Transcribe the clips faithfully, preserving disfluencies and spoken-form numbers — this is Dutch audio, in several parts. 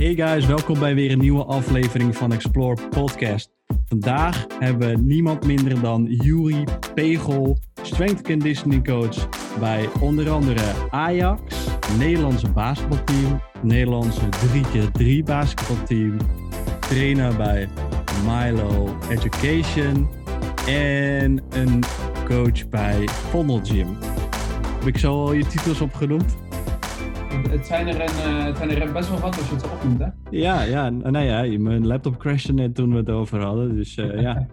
Hey guys, welkom bij weer een nieuwe aflevering van Explore Podcast. Vandaag hebben we niemand minder dan Juri Pegel, strength conditioning coach bij onder andere Ajax, Nederlandse basketbalteam, Nederlandse drie keer drie basketbalteam, trainer bij Milo Education en een coach bij Vondel Gym. Heb ik zo al je titels opgenoemd? Het zijn, er een, uh, het zijn er best wel wat als je het zo opnoemt, hè? Ja, ja, nou ja, mijn laptop crashte net toen we het over hadden, dus uh, ja.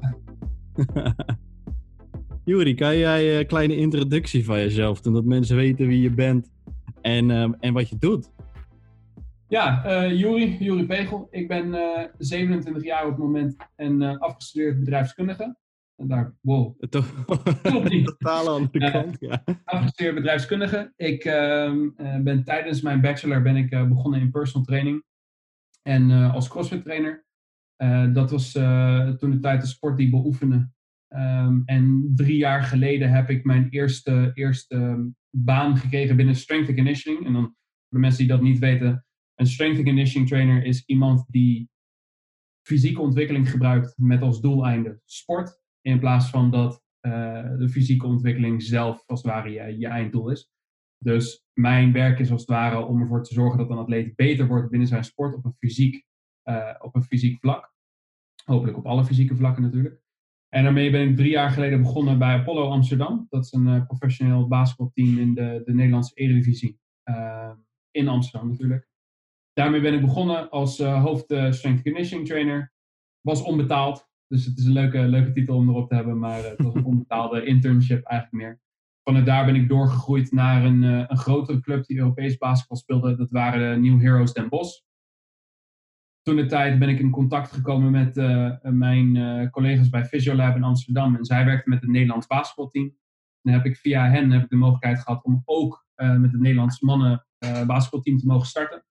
Juri, kan jij een kleine introductie van jezelf doen, dat mensen weten wie je bent en, uh, en wat je doet? Ja, uh, Juri, Juri Pegel. Ik ben uh, zevenentwintig jaar op het moment en uh, afgestudeerd bedrijfskundige. En daar, wow. Klopt niet. Totale andere kant, ja. Uh, afgestudeerd bedrijfskundige. Ik uh, uh, ben tijdens mijn bachelor ben ik uh, begonnen in personal training. En uh, als crossfit trainer. Uh, dat was uh, toen de tijd de sport die ik beoefende. Um, en drie jaar geleden heb ik mijn eerste, eerste baan gekregen binnen strength and conditioning. En dan voor de mensen die dat niet weten. Een strength and conditioning trainer is iemand die fysieke ontwikkeling gebruikt met als doeleinde sport. In plaats van dat uh, de fysieke ontwikkeling zelf als het ware je, je einddoel is. Dus mijn werk is als het ware om ervoor te zorgen dat een atleet beter wordt binnen zijn sport op een fysiek, uh, op een fysiek vlak. Hopelijk op alle fysieke vlakken natuurlijk. En daarmee ben ik drie jaar geleden begonnen bij Apollo Amsterdam. Dat is een uh, professioneel basketbalteam in de, de Nederlandse Eredivisie. Uh, in Amsterdam natuurlijk. Daarmee ben ik begonnen als uh, hoofd uh, strength conditioning trainer. Was onbetaald. Dus het is een leuke, leuke titel om erop te hebben, maar het was een onbetaalde internship eigenlijk meer. Vanuit daar ben ik doorgegroeid naar een, uh, een grotere club die Europees basketbal speelde. Dat waren de New Heroes Den Bosch. Toen de tijd ben ik in contact gekomen met uh, mijn uh, collega's bij Physiolab in Amsterdam. En zij werkten met het Nederlands basketbalteam. Dan heb ik via hen heb ik de mogelijkheid gehad om ook uh, met het Nederlands mannen uh, basketbalteam te mogen starten.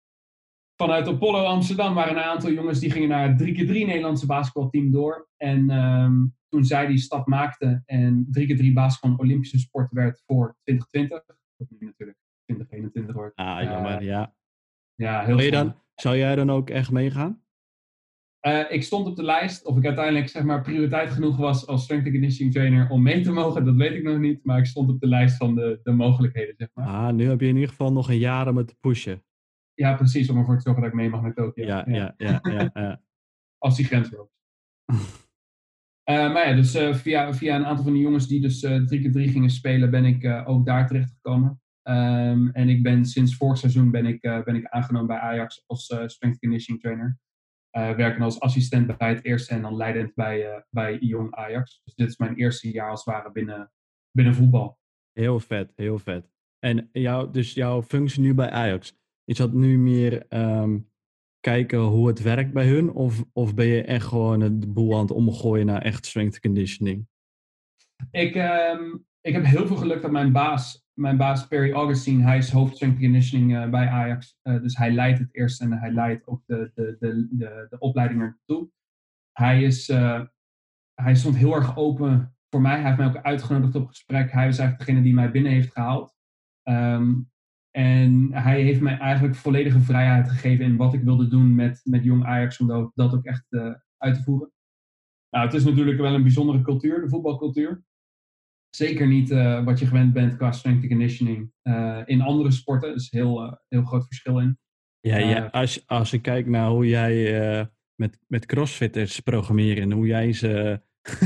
Vanuit Apollo Amsterdam waren een aantal jongens die gingen naar het drie keer drie Nederlandse basketbalteam door. En um, toen zij die stap maakten en drie keer drie basketbal een Olympische sport werd voor twintig twintig. Dat nu natuurlijk twintig eenentwintig wordt. Ah, jammer, uh, ja. Ja, heel zou, dan, zou jij dan ook echt meegaan? Uh, ik stond op de lijst. Of ik uiteindelijk zeg maar prioriteit genoeg was als strength and conditioning trainer om mee te mogen. Dat weet ik nog niet. Maar ik stond op de lijst van de, de mogelijkheden, zeg maar. Ah, nu heb je in ieder geval nog een jaar om het te pushen. Ja, precies. Om ervoor te zorgen dat ik mee mag naar Tokio. Ja, ja, ja. ja, ja, ja. Als die grens loopt. uh, maar ja, dus uh, via, via een aantal van die jongens die dus uh, drie keer drie gingen spelen, ben ik uh, ook daar terechtgekomen. Um, en ik ben sinds vorig seizoen ben ik, uh, ben ik aangenomen bij Ajax als uh, strength conditioning trainer. Uh, werken als assistent bij het eerste en dan leidend bij, uh, bij Jong Ajax. Dus dit is mijn eerste jaar als het ware binnen, binnen voetbal. Heel vet, heel vet. En jou, dus jouw functie nu bij Ajax, is dat nu meer um, kijken hoe het werkt bij hun? Of, of ben je echt gewoon het boel aan het omgooien naar echt strength conditioning? Ik, um, ik heb heel veel geluk dat mijn baas, mijn baas Perry Augustine, hij is hoofd strength conditioning uh, bij Ajax. Uh, dus hij leidt het eerst en hij leidt ook de, de, de, de, de opleiding ertoe. Hij, is, uh, hij stond heel erg open voor mij. Hij heeft mij ook uitgenodigd op gesprek. Hij was eigenlijk degene die mij binnen heeft gehaald. Um, En hij heeft mij eigenlijk volledige vrijheid gegeven in wat ik wilde doen met, met Jong Ajax, om dat, dat ook echt uh, uit te voeren. Nou, het is natuurlijk wel een bijzondere cultuur, de voetbalcultuur. Zeker niet uh, wat je gewend bent qua strength and conditioning uh, in andere sporten. Er is heel, uh, heel groot verschil in. Ja, ja. Uh, als, als ik kijk naar hoe jij uh, met, met crossfitters programmeren en hoe jij ze,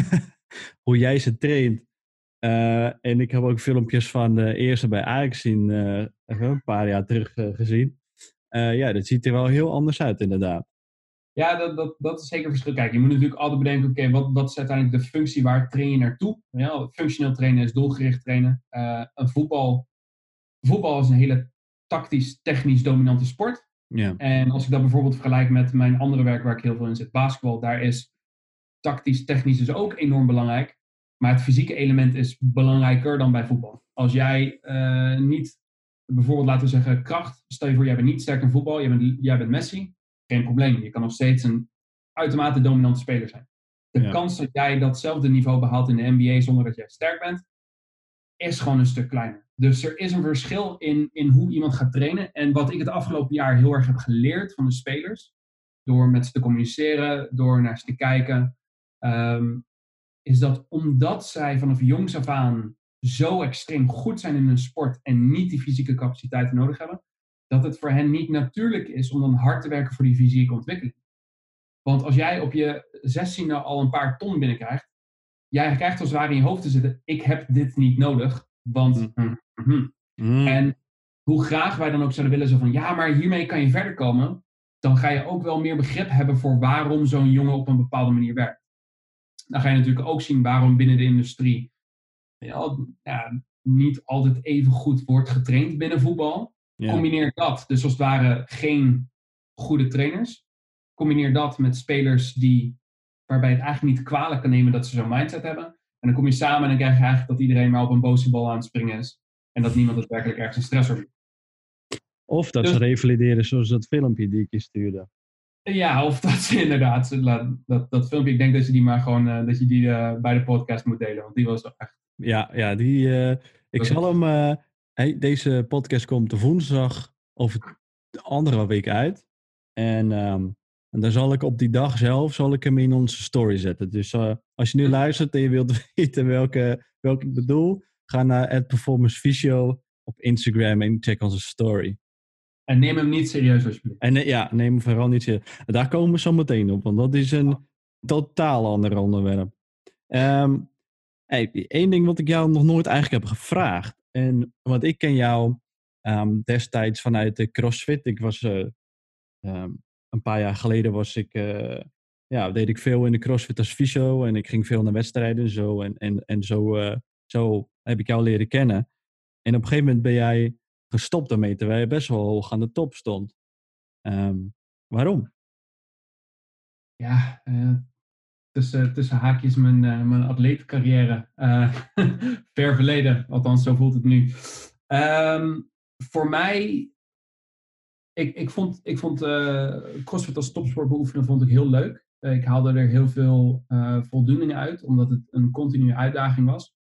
hoe jij ze traint. Uh, en ik heb ook filmpjes van de eerste bij Ajax zien, uh, een paar jaar terug uh, gezien. Uh, ja, dat ziet er wel heel anders uit inderdaad. Ja, dat, dat, dat is zeker verschil. Kijk, je moet natuurlijk altijd bedenken, oké, okay, wat, wat is uiteindelijk de functie, waar train je naartoe? Ja, functioneel trainen is doelgericht trainen. Uh, een voetbal, voetbal is een hele tactisch, technisch dominante sport. Yeah. En als ik dat bijvoorbeeld vergelijk met mijn andere werk waar ik heel veel in zit, basketbal, daar is tactisch, technisch is ook enorm belangrijk. Maar het fysieke element is belangrijker dan bij voetbal. Als jij uh, niet, bijvoorbeeld laten we zeggen kracht, stel je voor jij bent niet sterk in voetbal, jij bent, jij bent Messi, geen probleem. Je kan nog steeds een uitermate dominante speler zijn. De ja. kans dat jij datzelfde niveau behaalt in de N B A zonder dat jij sterk bent, is gewoon een stuk kleiner. Dus er is een verschil in, in hoe iemand gaat trainen. En wat ik het afgelopen jaar heel erg heb geleerd van de spelers, door met ze te communiceren, door naar ze te kijken, um, is dat omdat zij vanaf jongs af aan zo extreem goed zijn in hun sport en niet die fysieke capaciteiten nodig hebben, dat het voor hen niet natuurlijk is om dan hard te werken voor die fysieke ontwikkeling. Want als jij op je zestiende al een paar ton binnenkrijgt, jij krijgt als het ware in je hoofd te zitten, ik heb dit niet nodig, want... Mm. Mm-hmm. Mm. En hoe graag wij dan ook zouden willen, zo van, ja, maar hiermee kan je verder komen, dan ga je ook wel meer begrip hebben voor waarom zo'n jongen op een bepaalde manier werkt. Dan ga je natuurlijk ook zien waarom binnen de industrie ja, ja, niet altijd even goed wordt getraind binnen voetbal. Ja. Combineer dat, dus als het ware geen goede trainers. Combineer dat met spelers die, waarbij het eigenlijk niet kwalijk kan nemen dat ze zo'n mindset hebben. En dan kom je samen en dan krijg je eigenlijk dat iedereen maar op een boze bal aan het springen is. En dat niemand het werkelijk ergens een stressor doet. Of dat dus, ze revalideren zoals dat filmpje die ik je stuurde. Ja, of dat ze inderdaad, dat, dat filmpje, ik denk dat je die maar gewoon, uh, dat je die uh, bij de podcast moet delen. Want die was echt... Ja, ja die, uh, ik zal hem, uh, hey, deze podcast komt de woensdag of de andere week uit. En, um, en dan zal ik op die dag zelf, zal ik hem in onze story zetten. Dus uh, als je nu luistert en je wilt weten welke, welke ik bedoel, ga naar at performance physio op Instagram en check onze story. En neem hem niet serieus alsjeblieft. En ja, neem hem vooral niet serieus. Daar komen we zo meteen op, want dat is een totaal ander onderwerp. Um, hey, één ding wat ik jou nog nooit eigenlijk heb gevraagd. En want ik ken jou um, destijds vanuit de CrossFit. Ik was uh, um, een paar jaar geleden was ik, uh, ja, deed ik veel in de CrossFit als fysio. En ik ging veel naar wedstrijden en zo. En, en, en zo, uh, zo heb ik jou leren kennen. En op een gegeven moment ben jij gestopt daarmee, terwijl je best wel hoog aan de top stond. Um, waarom? Ja, uh, tussen, tussen haakjes mijn, uh, mijn atleetcarrière. Uh, ver verleden, althans zo voelt het nu. Um, voor mij, ik, ik vond, ik vond uh, CrossFit als topsport beoefenen vond ik heel leuk. Uh, ik haalde er heel veel uh, voldoening uit, omdat het een continue uitdaging was.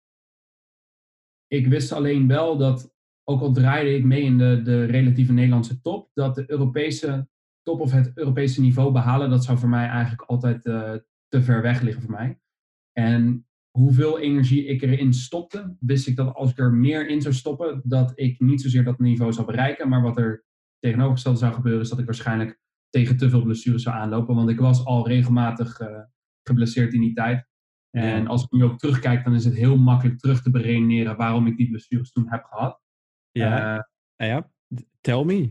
Ik wist alleen wel dat, ook al draaide ik mee in de, de relatieve Nederlandse top, dat de Europese top of het Europese niveau behalen, dat zou voor mij eigenlijk altijd uh, te ver weg liggen voor mij. En hoeveel energie ik erin stopte, wist ik dat als ik er meer in zou stoppen, dat ik niet zozeer dat niveau zou bereiken, maar wat er tegenovergestelde zou gebeuren, is dat ik waarschijnlijk tegen te veel blessures zou aanlopen, want ik was al regelmatig uh, geblesseerd in die tijd. En als ik nu ook terugkijk, dan is het heel makkelijk terug te beredeneren waarom ik die blessures toen heb gehad. Ja, uh, ja. Tell me.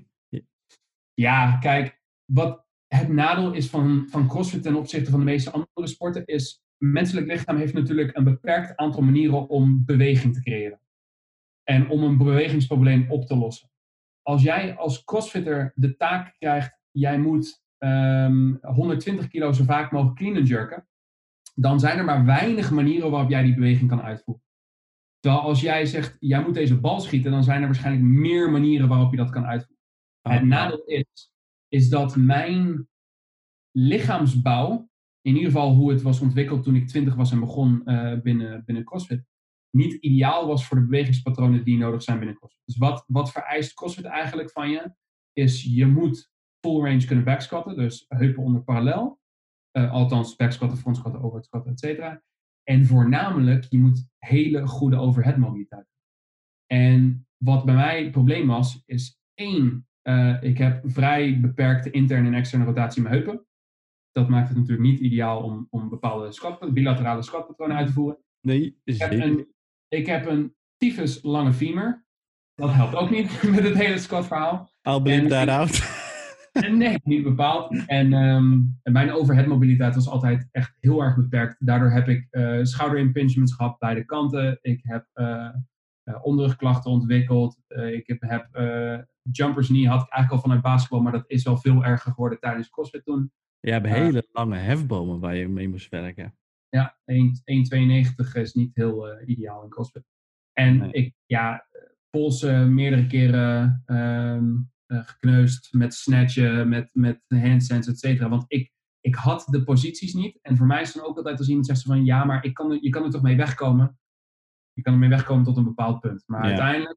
Ja, kijk, wat het nadeel is van, van CrossFit ten opzichte van de meeste andere sporten, is het menselijk lichaam heeft natuurlijk een beperkt aantal manieren om beweging te creëren. En om een bewegingsprobleem op te lossen. Als jij als CrossFitter de taak krijgt, jij moet um, honderdtwintig kilo zo vaak mogelijk clean and jerken, dan zijn er maar weinig manieren waarop jij die beweging kan uitvoeren. Terwijl als jij zegt, jij moet deze bal schieten, dan zijn er waarschijnlijk meer manieren waarop je dat kan uitvoeren. Oh, het nadeel is, is dat mijn lichaamsbouw, in ieder geval hoe het was ontwikkeld toen ik twintig was en begon uh, binnen, binnen CrossFit, niet ideaal was voor de bewegingspatronen die nodig zijn binnen CrossFit. Dus wat, wat vereist CrossFit eigenlijk van je, is je moet full range kunnen backsquatten, dus heupen onder parallel. Uh, althans, backsquatten, frontsquatten, overhead squatten, et cetera. En voornamelijk, je moet hele goede overhead mobiliteit hebben. En wat bij mij het probleem was, is één, uh, ik heb vrij beperkte interne en externe rotatie in mijn heupen. Dat maakt het natuurlijk niet ideaal om, om bepaalde squat, bilaterale squatpatronen uit te voeren. Nee, ik heb een, ik heb een tyfus lange femur. Dat helpt ook niet met het hele squatverhaal. I'll bleep that out. Nee, niet bepaald. En um, mijn overhead mobiliteit was altijd echt heel erg beperkt. Daardoor heb ik uh, schouder impingements gehad bij de kanten. Ik heb uh, uh, onderrugklachten ontwikkeld. Uh, ik heb, heb uh, jumpers knee had ik eigenlijk al vanuit basketbal, maar dat is wel veel erger geworden tijdens CrossFit toen. Je hebt uh, hele lange hefbomen waar je mee moest werken. Ja, één komma tweeënnegentig is niet heel uh, ideaal in CrossFit. En nee. ik, ja, polsen meerdere keren um, uh, gekneusd met snatchen, met, met handstands, et cetera. Want ik, ik had de posities niet. En voor mij is dan ook altijd als iemand zegt van, ja, maar ik kan er, je kan er toch mee wegkomen. Je kan er mee wegkomen tot een bepaald punt. Maar ja. uiteindelijk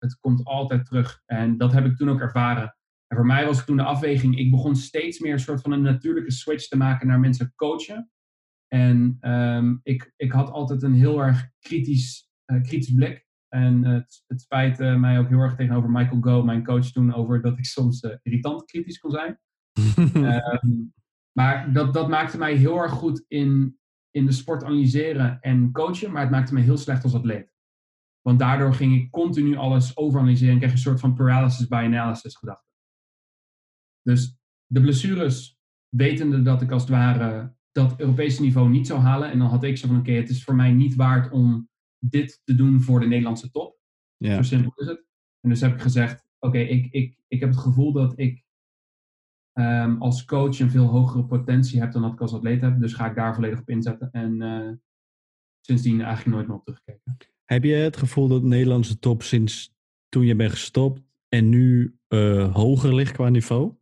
Het komt altijd terug. En dat heb ik toen ook ervaren. En voor mij was het toen de afweging, ik begon steeds meer een soort van een natuurlijke switch te maken naar mensen coachen. En um, ik, ik had altijd een heel erg kritisch, uh, kritisch blik. En uh, het, het spijt uh, mij ook heel erg tegenover Michael Go, mijn coach toen, over dat ik soms uh, irritant kritisch kon zijn. um, maar dat, dat maakte mij heel erg goed in, in de sport analyseren en coachen, maar het maakte mij heel slecht als atleet. Want daardoor ging ik continu alles overanalyseren en kreeg een soort van paralysis by analysis gedachte. Dus de blessures, wetende dat ik als het ware dat Europese niveau niet zou halen. En dan had ik zo van, oké, okay, het is voor mij niet waard om dit te doen voor de Nederlandse top. Ja. Zo simpel is het. En dus heb ik gezegd, oké, okay, ik, ik, ik heb het gevoel dat ik um, als coach een veel hogere potentie heb dan dat ik als atleet heb. Dus ga ik daar volledig op inzetten. En uh, sindsdien eigenlijk nooit meer op teruggekeken. Heb je het gevoel dat de Nederlandse top sinds toen je bent gestopt en nu uh, hoger ligt qua niveau?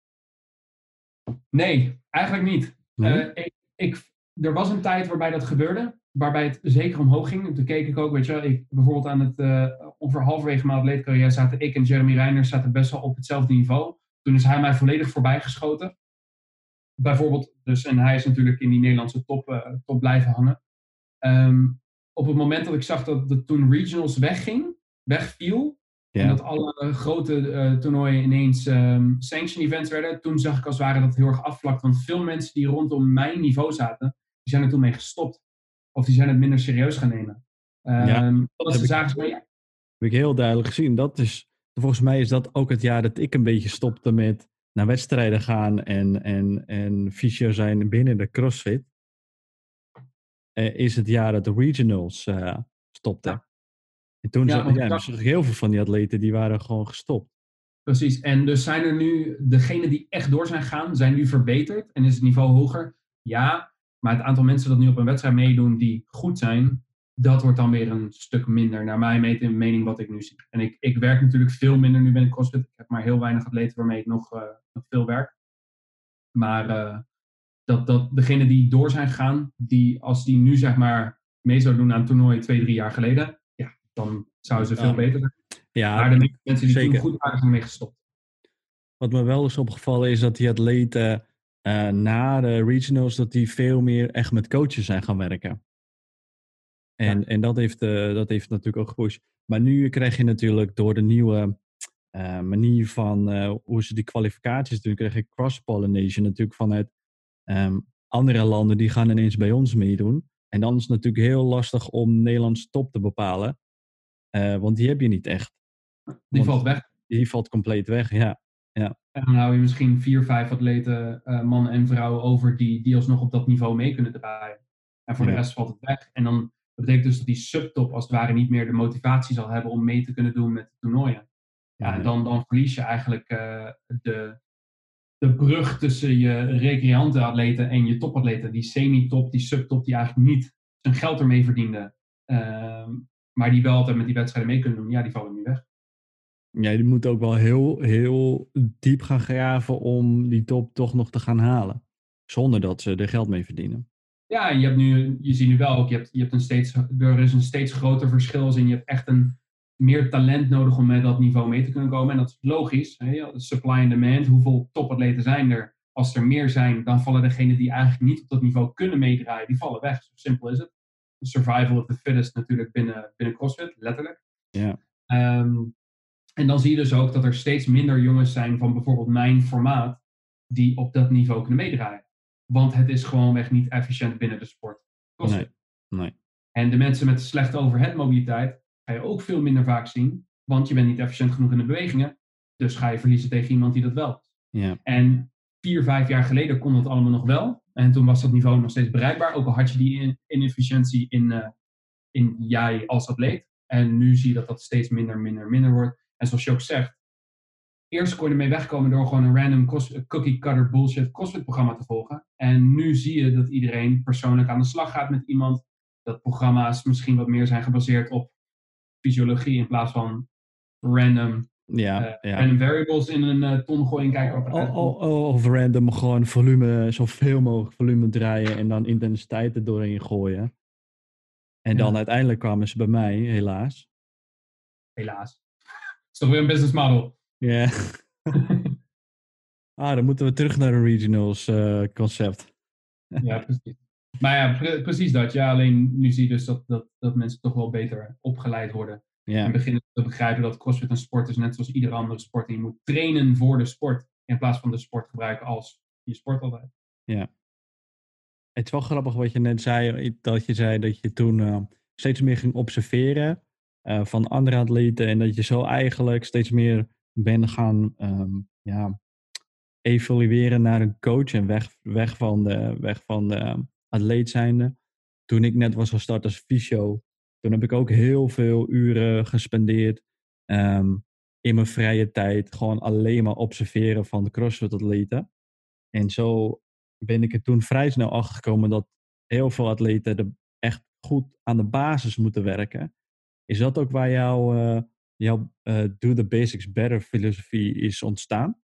Nee, eigenlijk niet. Nee? Uh, ik, ik, er was een tijd waarbij dat gebeurde, waarbij het zeker omhoog ging. Toen keek ik ook, weet je wel, ik, bijvoorbeeld aan het, uh, ongeveer halverwege mijn atleetcarrière zaten ik en Jeremy Reiners zaten best wel op hetzelfde niveau. Toen is hij mij volledig voorbij geschoten. Bijvoorbeeld, dus, en hij is natuurlijk in die Nederlandse top, uh, top blijven hangen. Um, op het moment dat ik zag dat de toen regionals wegging, wegviel, ja. En dat alle grote uh, toernooien ineens um, sanction events werden, toen zag ik als het ware dat het heel erg afvlakt. Want veel mensen die rondom mijn niveau zaten, die zijn er toen mee gestopt. Of die zijn het minder serieus gaan nemen. Um, ja, dat heb, zagen ze, ik, ja. heb ik heel duidelijk gezien. Dat is, volgens mij is dat ook het jaar dat ik een beetje stopte met naar wedstrijden gaan en, en, en fysio zijn binnen de CrossFit. Uh, is het jaar dat de regionals uh, stopten. Ja. En toen ja, zag, ja, dat... zag ik heel veel van die atleten die waren gewoon gestopt. Precies, en dus zijn er nu, degenen die echt door zijn gegaan, zijn nu verbeterd en is het niveau hoger? Ja, maar het aantal mensen dat nu op een wedstrijd meedoen die goed zijn, dat wordt dan weer een stuk minder, naar mijn mening wat ik nu zie. En ik, ik werk natuurlijk veel minder, nu ben ik CrossFit, ik heb maar heel weinig atleten waarmee ik nog, uh, nog veel werk. Maar uh, dat, dat degenen die door zijn gegaan, die, als die nu zeg maar mee zouden doen aan een toernooi twee, drie jaar geleden, ja, dan zouden ze veel ja. beter zijn. Ja, maar de meeste mensen die zeker. Toen goed waren, zijn mee gestopt. Wat me wel is opgevallen is dat die atleten uh, na de regionals, dat die veel meer echt met coaches zijn gaan werken. En, ja. en dat, heeft, uh, dat heeft natuurlijk ook gepusht. Maar nu krijg je natuurlijk door de nieuwe uh, manier van uh, hoe ze die kwalificaties doen, krijg je cross-pollination natuurlijk vanuit um, andere landen die gaan ineens bij ons meedoen. En dan is het natuurlijk heel lastig om Nederlandse top te bepalen. Uh, want die heb je niet echt. Die want valt weg. Die valt compleet weg, ja. ja. En dan hou je misschien vier, vijf atleten, uh, mannen en vrouwen over die, die alsnog op dat niveau mee kunnen draaien. En voor ja. de rest valt het weg. En dan dat betekent dus dat die subtop als het ware niet meer de motivatie zal hebben om mee te kunnen doen met de toernooien. Ja, en dan, dan verlies je eigenlijk uh, de, de brug tussen je recreante atleten en je topatleten. Die semi-top, die subtop, die eigenlijk niet zijn geld ermee verdienden. Uh, maar die wel altijd met die wedstrijden mee kunnen doen. Ja, die vallen nu weg. Ja, die moet ook wel heel, heel diep gaan graven om die top toch nog te gaan halen. Zonder dat ze er geld mee verdienen. Ja, en je, hebt nu, je ziet nu wel ook, je hebt, je hebt een steeds, er is een steeds groter verschil in. Je hebt echt een meer talent nodig om met dat niveau mee te kunnen komen. En dat is logisch. Hè? Supply and demand. Hoeveel topatleten zijn er? Als er meer zijn, dan vallen degenen die eigenlijk niet op dat niveau kunnen meedraaien, die vallen weg. Zo simpel is het. Survival of the fittest natuurlijk binnen, binnen CrossFit, letterlijk. Ja. Um, en dan zie je dus ook dat er steeds minder jongens zijn van bijvoorbeeld mijn formaat die op dat niveau kunnen meedraaien. Want het is gewoonweg niet efficiënt binnen de sport. Nee, nee. En de mensen met slechte overhead mobiliteit ga je ook veel minder vaak zien. Want je bent niet efficiënt genoeg in de bewegingen. Dus ga je verliezen tegen iemand die dat wel is. Ja. En vier, vijf jaar geleden kon dat allemaal nog wel. En toen was dat niveau nog steeds bereikbaar. Ook al had je die inefficiëntie in, uh, in jij als atleet. En nu zie je dat dat steeds minder, minder, minder wordt. En zoals je ook zegt. Eerst kon je ermee wegkomen door gewoon een random cookie cutter bullshit CrossFit programma te volgen. En nu zie je dat iedereen persoonlijk aan de slag gaat met iemand. Dat programma's misschien wat meer zijn gebaseerd op fysiologie in plaats van random, ja, uh, ja. random variables in een uh, ton gooien en kijken wat er oh, oh, Of random gewoon volume, zoveel mogelijk volume draaien en dan intensiteit er doorheen gooien. En dan ja. uiteindelijk kwamen ze bij mij, helaas. Helaas. is toch weer een business model. Ja. ah, dan moeten we terug naar een regionals uh, concept. Ja, precies. Maar ja, pre- precies dat. Ja, alleen nu zie je dus dat, dat, dat mensen toch wel beter opgeleid worden. Ja. En beginnen te begrijpen dat CrossFit een sport is, net zoals iedere andere sport. En je moet trainen voor de sport, in plaats van de sport gebruiken als je sport altijd. Ja. Het is wel grappig wat je net zei, dat je zei dat je toen uh, steeds meer ging observeren uh, van andere atleten. En dat je zo eigenlijk steeds meer bent gaan um, ja, evolueren naar een coach en weg, weg van de, weg van de um, atleet zijnde. Toen ik net was gestart als fysio, toen heb ik ook heel veel uren gespendeerd um, in mijn vrije tijd. Gewoon alleen maar observeren van de CrossFit atleten. En zo ben ik er toen vrij snel achter gekomen dat heel veel atleten er echt goed aan de basis moeten werken. Is dat ook waar jouw, uh, jouw uh, Do the Basics Better filosofie is ontstaan?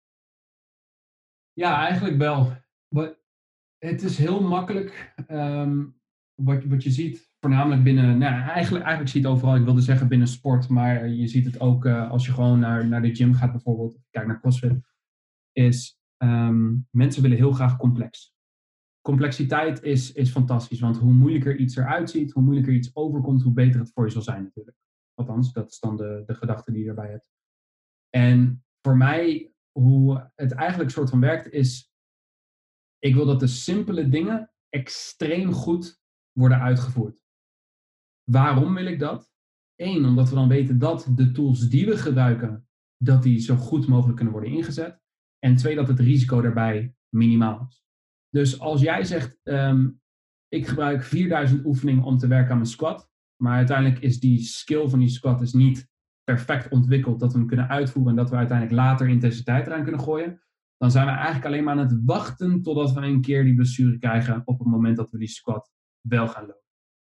Ja, eigenlijk wel. Het is heel makkelijk um, wat, wat je ziet, voornamelijk binnen, nou eigenlijk, eigenlijk zie je het overal, ik wilde zeggen binnen sport, maar je ziet het ook uh, als je gewoon naar, naar de gym gaat bijvoorbeeld, kijk naar CrossFit, is um, mensen willen heel graag complex. Complexiteit is, is fantastisch, want hoe moeilijker iets eruit ziet, hoe moeilijker iets overkomt, hoe beter het voor je zal zijn natuurlijk. Althans, dat is dan de, de gedachte die je erbij hebt. En voor mij, hoe het eigenlijk soort van werkt, is ik wil dat de simpele dingen extreem goed worden uitgevoerd. Waarom wil ik dat? Eén, omdat we dan weten dat de tools die we gebruiken, dat die zo goed mogelijk kunnen worden ingezet. En twee, dat het risico daarbij minimaal is. Dus als jij zegt, um, ik gebruik vierduizend oefeningen om te werken aan mijn squat, maar uiteindelijk is die skill van die squat is niet perfect ontwikkeld, dat we hem kunnen uitvoeren en dat we uiteindelijk later intensiteit eraan kunnen gooien, dan zijn we eigenlijk alleen maar aan het wachten totdat we een keer die blessure krijgen op het moment dat we die squat wel gaan lopen.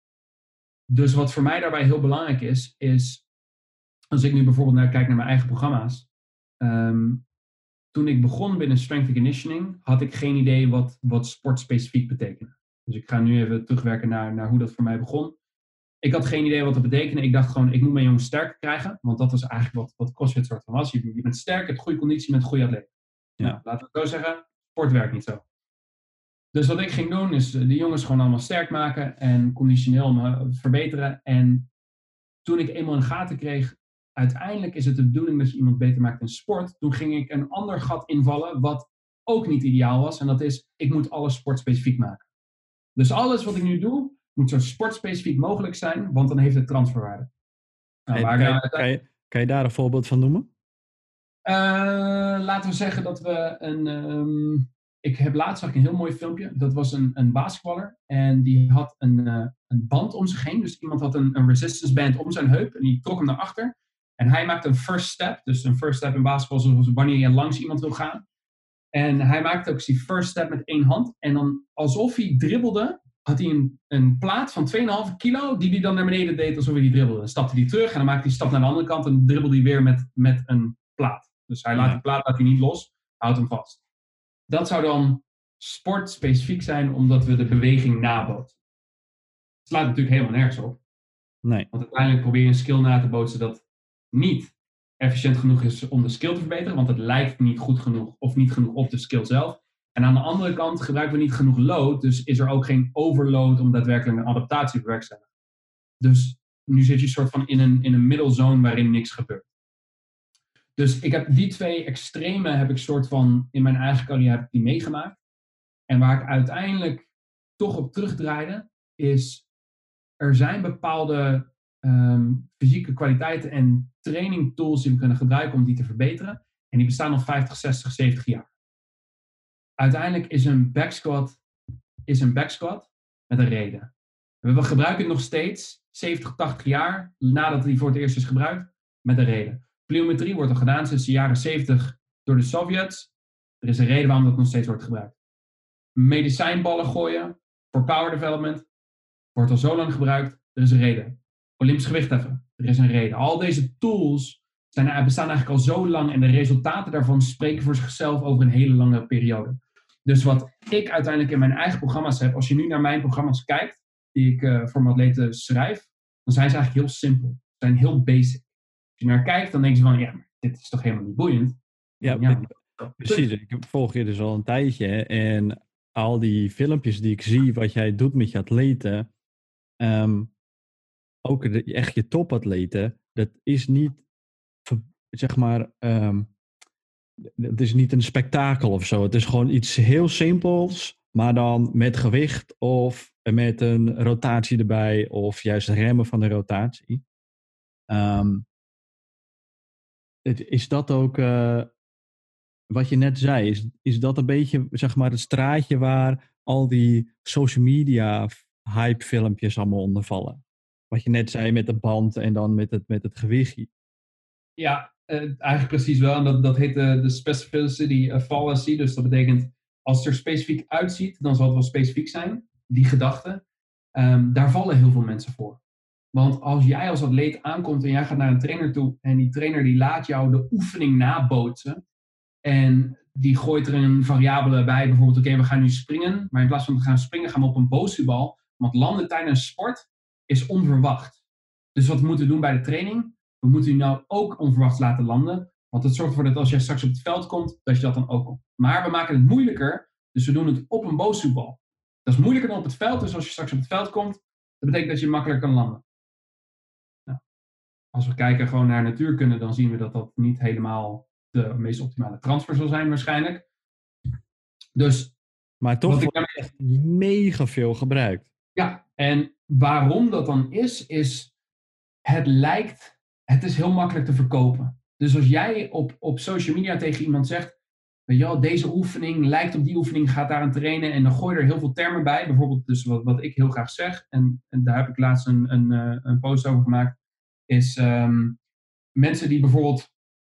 Dus wat voor mij daarbij heel belangrijk is, is als ik nu bijvoorbeeld naar kijk naar mijn eigen programma's. Um, toen ik begon binnen Strength and Conditioning, had ik geen idee wat, wat sportspecifiek betekende. Dus ik ga nu even terugwerken naar, naar hoe dat voor mij begon. Ik had geen idee wat dat betekende. Ik dacht gewoon, ik moet mijn jongens sterker krijgen. Want dat was eigenlijk wat, wat CrossFit soort van was. Je, je bent sterk, je hebt goede conditie, met goede atleet. Ja. Nou, laten we het zo zeggen, sport werkt niet zo. Dus wat ik ging doen, is de jongens gewoon allemaal sterk maken en conditioneel me verbeteren. En toen ik eenmaal in de gaten kreeg, uiteindelijk is het de bedoeling dat je iemand beter maakt in sport. Toen ging ik een ander gat invallen, wat ook niet ideaal was. En dat is, ik moet alles sportspecifiek maken. Dus alles wat ik nu doe, moet zo sportspecifiek mogelijk zijn, want dan heeft het transferwaarde. Nou, kan, je, kan, je, kan je daar een voorbeeld van noemen? Uh, laten we zeggen dat we een... Um, ik heb laatst zag ik een heel mooi filmpje. Dat was een, een basketballer. En die had een, uh, een band om zich heen. Dus iemand had een, een resistance band om zijn heup. En die trok hem naar achter. En hij maakte een first step. Dus een first step in basketbal zoals wanneer je langs iemand wil gaan. En hij maakte ook die first step met één hand. En dan alsof hij dribbelde, had hij een, een plaat van twee komma vijf kilo. Die hij dan naar beneden deed alsof hij die dribbelde. Dan stapte hij terug en dan maakte hij stap naar de andere kant. En dan dribbelde hij weer met, met een plaat. Dus hij laat ja. die plaat laat hij niet los. Houdt hem vast. Dat zou dan sportspecifiek zijn, omdat we de beweging nabootsen. Het slaat natuurlijk helemaal nergens op. Nee. Want uiteindelijk probeer je een skill na te bootsen dat niet efficiënt genoeg is om de skill te verbeteren, want het lijkt niet goed genoeg of niet genoeg op de skill zelf. En aan de andere kant gebruiken we niet genoeg load, dus is er ook geen overload om daadwerkelijk een adaptatie te bewerkstelligen. Dus nu zit je soort van in een, in een middelzone waarin niks gebeurt. Dus ik heb die twee extreme heb ik soort van in mijn eigen carrière heb ik die meegemaakt. En waar ik uiteindelijk toch op terugdraaide, is er zijn bepaalde um, fysieke kwaliteiten en training tools die we kunnen gebruiken om die te verbeteren. En die bestaan al vijftig, zestig, zeventig jaar. Uiteindelijk is een back squat, is een back squat met een reden. We gebruiken het nog steeds, zeventig, tachtig jaar nadat die voor het eerst is gebruikt, met een reden. Pliometrie wordt al gedaan sinds de jaren zeventig door de Sovjets. Er is een reden waarom dat nog steeds wordt gebruikt. Medicijnballen gooien voor power development wordt al zo lang gebruikt. Er is een reden. Olympisch gewichtheffen. Er is een reden. Al deze tools zijn, bestaan eigenlijk al zo lang en de resultaten daarvan spreken voor zichzelf over een hele lange periode. Dus wat ik uiteindelijk in mijn eigen programma's heb, als je nu naar mijn programma's kijkt, die ik uh, voor mijn atleten schrijf, dan zijn ze eigenlijk heel simpel. Ze zijn heel basic. je naar kijkt, dan denk je van, ja, maar dit is toch helemaal niet boeiend? Ja, ja precies. Ik volg je dus al een tijdje. En al die filmpjes die ik zie, wat jij doet met je atleten, um, ook de, echt je topatleten, dat is niet, zeg maar, um, het is niet een spektakel of zo. Het is gewoon iets heel simpels, maar dan met gewicht of met een rotatie erbij, of juist remmen van de rotatie. Um, het, is dat ook, uh, wat je net zei, is, is dat een beetje, zeg maar, het straatje waar al die social media hype filmpjes allemaal onder vallen? Wat je net zei met de band en dan met het, met het gewichtje. Ja, uh, eigenlijk precies wel. En dat, dat heet de, de specificity uh, fallacy. Dus dat betekent, als het er specifiek uitziet, dan zal het wel specifiek zijn. Die gedachte. Um, daar vallen heel veel mensen voor. Want als jij als atleet aankomt en jij gaat naar een trainer toe en die trainer die laat jou de oefening nabootsen en die gooit er een variabele bij, bijvoorbeeld oké, okay, we gaan nu springen, maar in plaats van te gaan springen gaan we op een boostbal, want landen tijdens sport is onverwacht. Dus wat we moeten doen bij de training, we moeten u nou ook onverwachts laten landen, want het zorgt ervoor dat als jij straks op het veld komt, dat je dat dan ook komt. Maar we maken het moeilijker, dus we doen het op een boostbal. Dat is moeilijker dan op het veld, dus als je straks op het veld komt, dat betekent dat je makkelijker kan landen. Nou, als we kijken gewoon naar natuurkunde, dan zien we dat dat niet helemaal de meest optimale transfer zal zijn waarschijnlijk. Dus, maar toch wordt het echt mega veel gebruikt. Ja, en waarom dat dan is, is het lijkt, het is heel makkelijk te verkopen. Dus als jij op, op social media tegen iemand zegt, weet je wel, deze oefening lijkt op die oefening, gaat daar aan trainen en dan gooi je er heel veel termen bij. Bijvoorbeeld dus wat, wat ik heel graag zeg, en, en daar heb ik laatst een, een, een post over gemaakt, is um, mensen die bijvoorbeeld,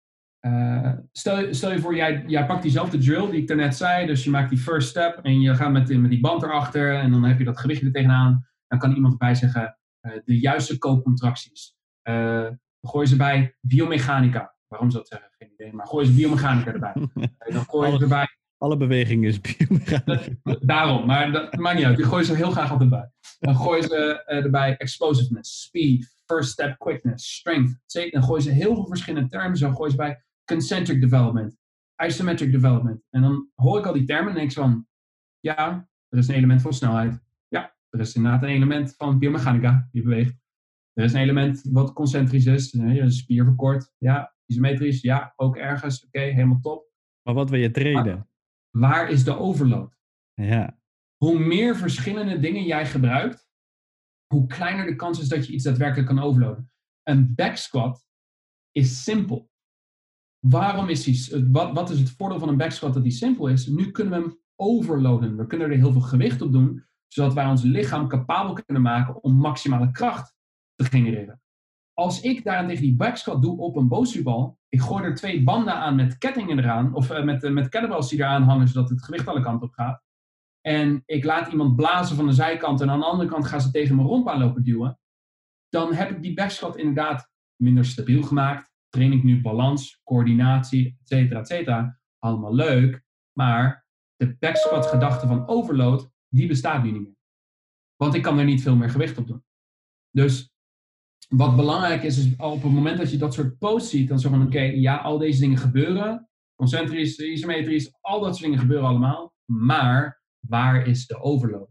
uh, stel, stel je voor, jij, jij pakt diezelfde drill die ik daarnet zei, dus je maakt die first step en je gaat met, met die band erachter en dan heb je dat gewichtje er tegenaan. Dan kan iemand erbij zeggen, uh, de juiste koopcontracties. Uh, gooi je ze bij biomechanica. Waarom zou ik zeggen? Geen idee. Maar gooi eens biomechanica erbij. Dan gooi je alle, erbij. Alle beweging is biomechanica. Daarom, maar dat maakt niet uit. Die gooi je ze heel graag altijd bij. Dan gooi je ze uh, erbij explosiveness, speed, first step quickness, strength. Dan gooi je ze heel veel verschillende termen. Zo gooi je ze bij concentric development, isometric development. En dan hoor ik al die termen en denk ik van, ja, er is een element van snelheid. Ja, er is inderdaad een element van biomechanica die beweegt. Er is een element wat concentrisch is. Een spier verkort. Ja, isometrisch. Ja, ook ergens. Oké, okay, helemaal top. Maar wat wil je trainen? Maar waar is de overload? Ja. Hoe meer verschillende dingen jij gebruikt, hoe kleiner de kans is dat je iets daadwerkelijk kan overloaden. Een back squat is simpel. Waarom is die, wat, wat is het voordeel van een back squat dat die simpel is? Nu kunnen we hem overloaden. We kunnen er heel veel gewicht op doen, zodat wij ons lichaam capabel kunnen maken om maximale kracht te genereren. Als ik daarentegen die back squat doe op een boostbal, ik gooi er twee banden aan met kettingen eraan, of uh, met, uh, met kettlebells die eraan hangen, zodat het gewicht alle kanten op gaat. En ik laat iemand blazen van de zijkant en aan de andere kant gaan ze tegen mijn romp aan lopen duwen. Dan heb ik die back squat inderdaad minder stabiel gemaakt. Train ik nu balans, coördinatie, et cetera, et cetera. Allemaal leuk. Maar de back squat gedachte van overload, die bestaat nu niet meer. Want ik kan er niet veel meer gewicht op doen. Dus wat belangrijk is, is op het moment dat je dat soort posts ziet, dan zeg je van oké, okay, ja, al deze dingen gebeuren. Concentrisch, isometrisch, al dat soort dingen gebeuren allemaal. Maar waar is de overload?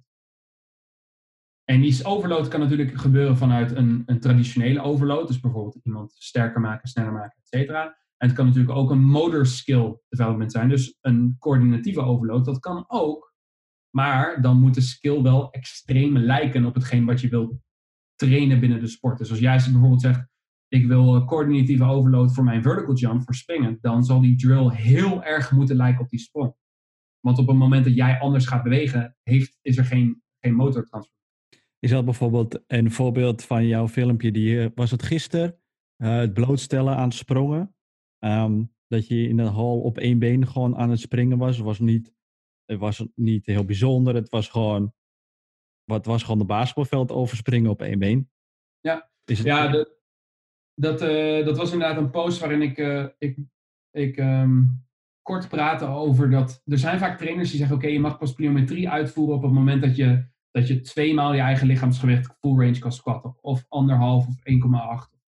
En die overload kan natuurlijk gebeuren vanuit een, een traditionele overload. Dus bijvoorbeeld iemand sterker maken, sneller maken, et cetera. En het kan natuurlijk ook een motor skill development zijn. Dus een coördinatieve overload. Dat kan ook. Maar dan moet de skill wel extreem lijken op hetgeen wat je wilt trainen binnen de sport. Dus als jij bijvoorbeeld zegt, ik wil coördinatieve overload voor mijn vertical jump, voor springen. Dan zal die drill heel erg moeten lijken op die sprong. Want op het moment dat jij anders gaat bewegen, heeft, is er geen, geen motortransfer. Is dat bijvoorbeeld een voorbeeld van jouw filmpje, die was het gisteren, uh, het blootstellen aan sprongen? Um, dat je in de hal op één been gewoon aan het springen was. Het was niet, het was niet heel bijzonder. Het was gewoon, wat was gewoon de basketbalveld overspringen op één been. Ja, Is het ja de, dat, uh, dat was inderdaad een post waarin ik, uh, ik, ik um, kort praatte over dat. Er zijn vaak trainers die zeggen, oké, okay, je mag pas pliometrie uitvoeren op het moment dat je dat je tweemaal je eigen lichaamsgewicht full range kan squatten. Of anderhalf of één komma acht.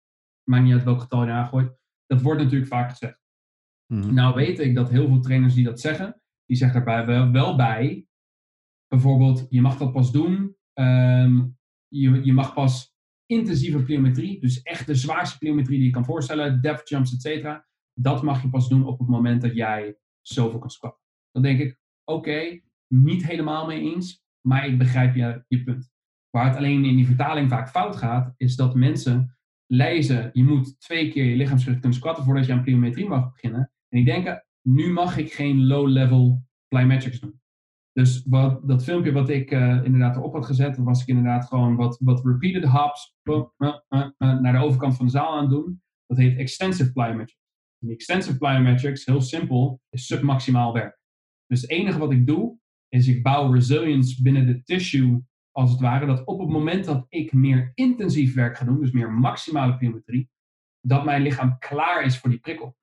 maakt niet uit welk getal je eraan gooit. Dat wordt natuurlijk vaak gezegd. Mm-hmm. Nou weet ik dat heel veel trainers die dat zeggen, die zeggen daarbij wel, wel bij, bijvoorbeeld, je mag dat pas doen, um, je, je mag pas intensieve pliometrie, dus echt de zwaarste pliometrie die je kan voorstellen, depth jumps, et cetera, dat mag je pas doen op het moment dat jij zoveel kan squatten. Dan denk ik, oké, okay, niet helemaal mee eens, maar ik begrijp je, je punt. Waar het alleen in die vertaling vaak fout gaat, is dat mensen lezen, je moet twee keer je lichaamsgewicht kunnen squatten voordat je aan pliometrie mag beginnen. En die denken, nu mag ik geen low-level plyometrics doen. Dus wat, dat filmpje wat ik uh, inderdaad erop had gezet, was ik inderdaad gewoon wat, wat repeated hops uh, uh, uh, uh, naar de overkant van de zaal aan het doen. Dat heet extensive plyometrics. En die extensive plyometrics, heel simpel, is submaximaal werk. Dus het enige wat ik doe, is ik bouw resilience binnen de tissue, als het ware, dat op het moment dat ik meer intensief werk ga doen, dus meer maximale pliometrie, dat mijn lichaam klaar is voor die prikkel.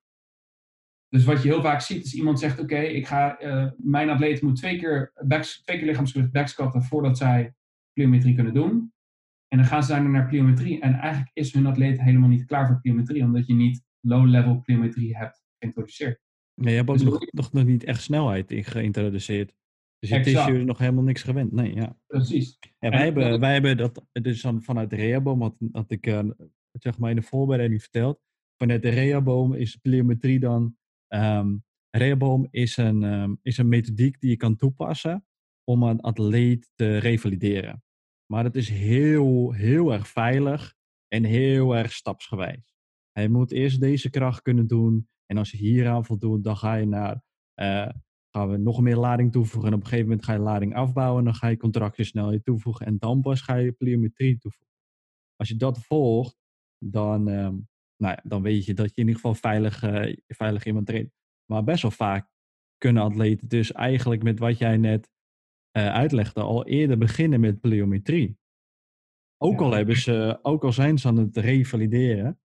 Dus wat je heel vaak ziet, is iemand zegt, oké, okay, ik ga, uh, mijn atleet moet twee keer, back, twee keer lichaamsgewicht backsquatten voordat zij pliometrie kunnen doen. En dan gaan ze daar naar pliometrie. En eigenlijk is hun atleet helemaal niet klaar voor pliometrie, omdat je niet low-level pliometrie hebt geïntroduceerd. Nee, je hebt ook dus nog, nog, nog niet echt snelheid in geïntroduceerd. Dus je tissue is nog helemaal niks gewend. Nee, ja. Precies. Ja, wij, hebben, dat... wij hebben dat dus dan vanuit de Rehaboom, had, had ik uh, zeg maar in de voorbereiding verteld. Vanuit de Rehaboom is pliometrie dan... Um, Rehaboom is een, um, is een methodiek die je kan toepassen om een atleet te revalideren. Maar het is heel, heel erg veilig en heel erg stapsgewijs. Hij moet eerst deze kracht kunnen doen en als je hieraan voldoet, dan ga je naar, uh, gaan we nog meer lading toevoegen en op een gegeven moment ga je lading afbouwen en dan ga je contractiesnelheid toevoegen en dan pas ga je pliometrie toevoegen. Als je dat volgt, dan... Um, Nou ja, dan weet je dat je in ieder geval veilig, uh, veilig iemand traint. Maar best wel vaak kunnen atleten dus eigenlijk met wat jij net uh, uitlegde al eerder beginnen met pliometrie. Ook, ja. al hebben ze, ook al zijn ze aan het revalideren.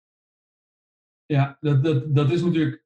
Ja, dat, dat, dat is natuurlijk...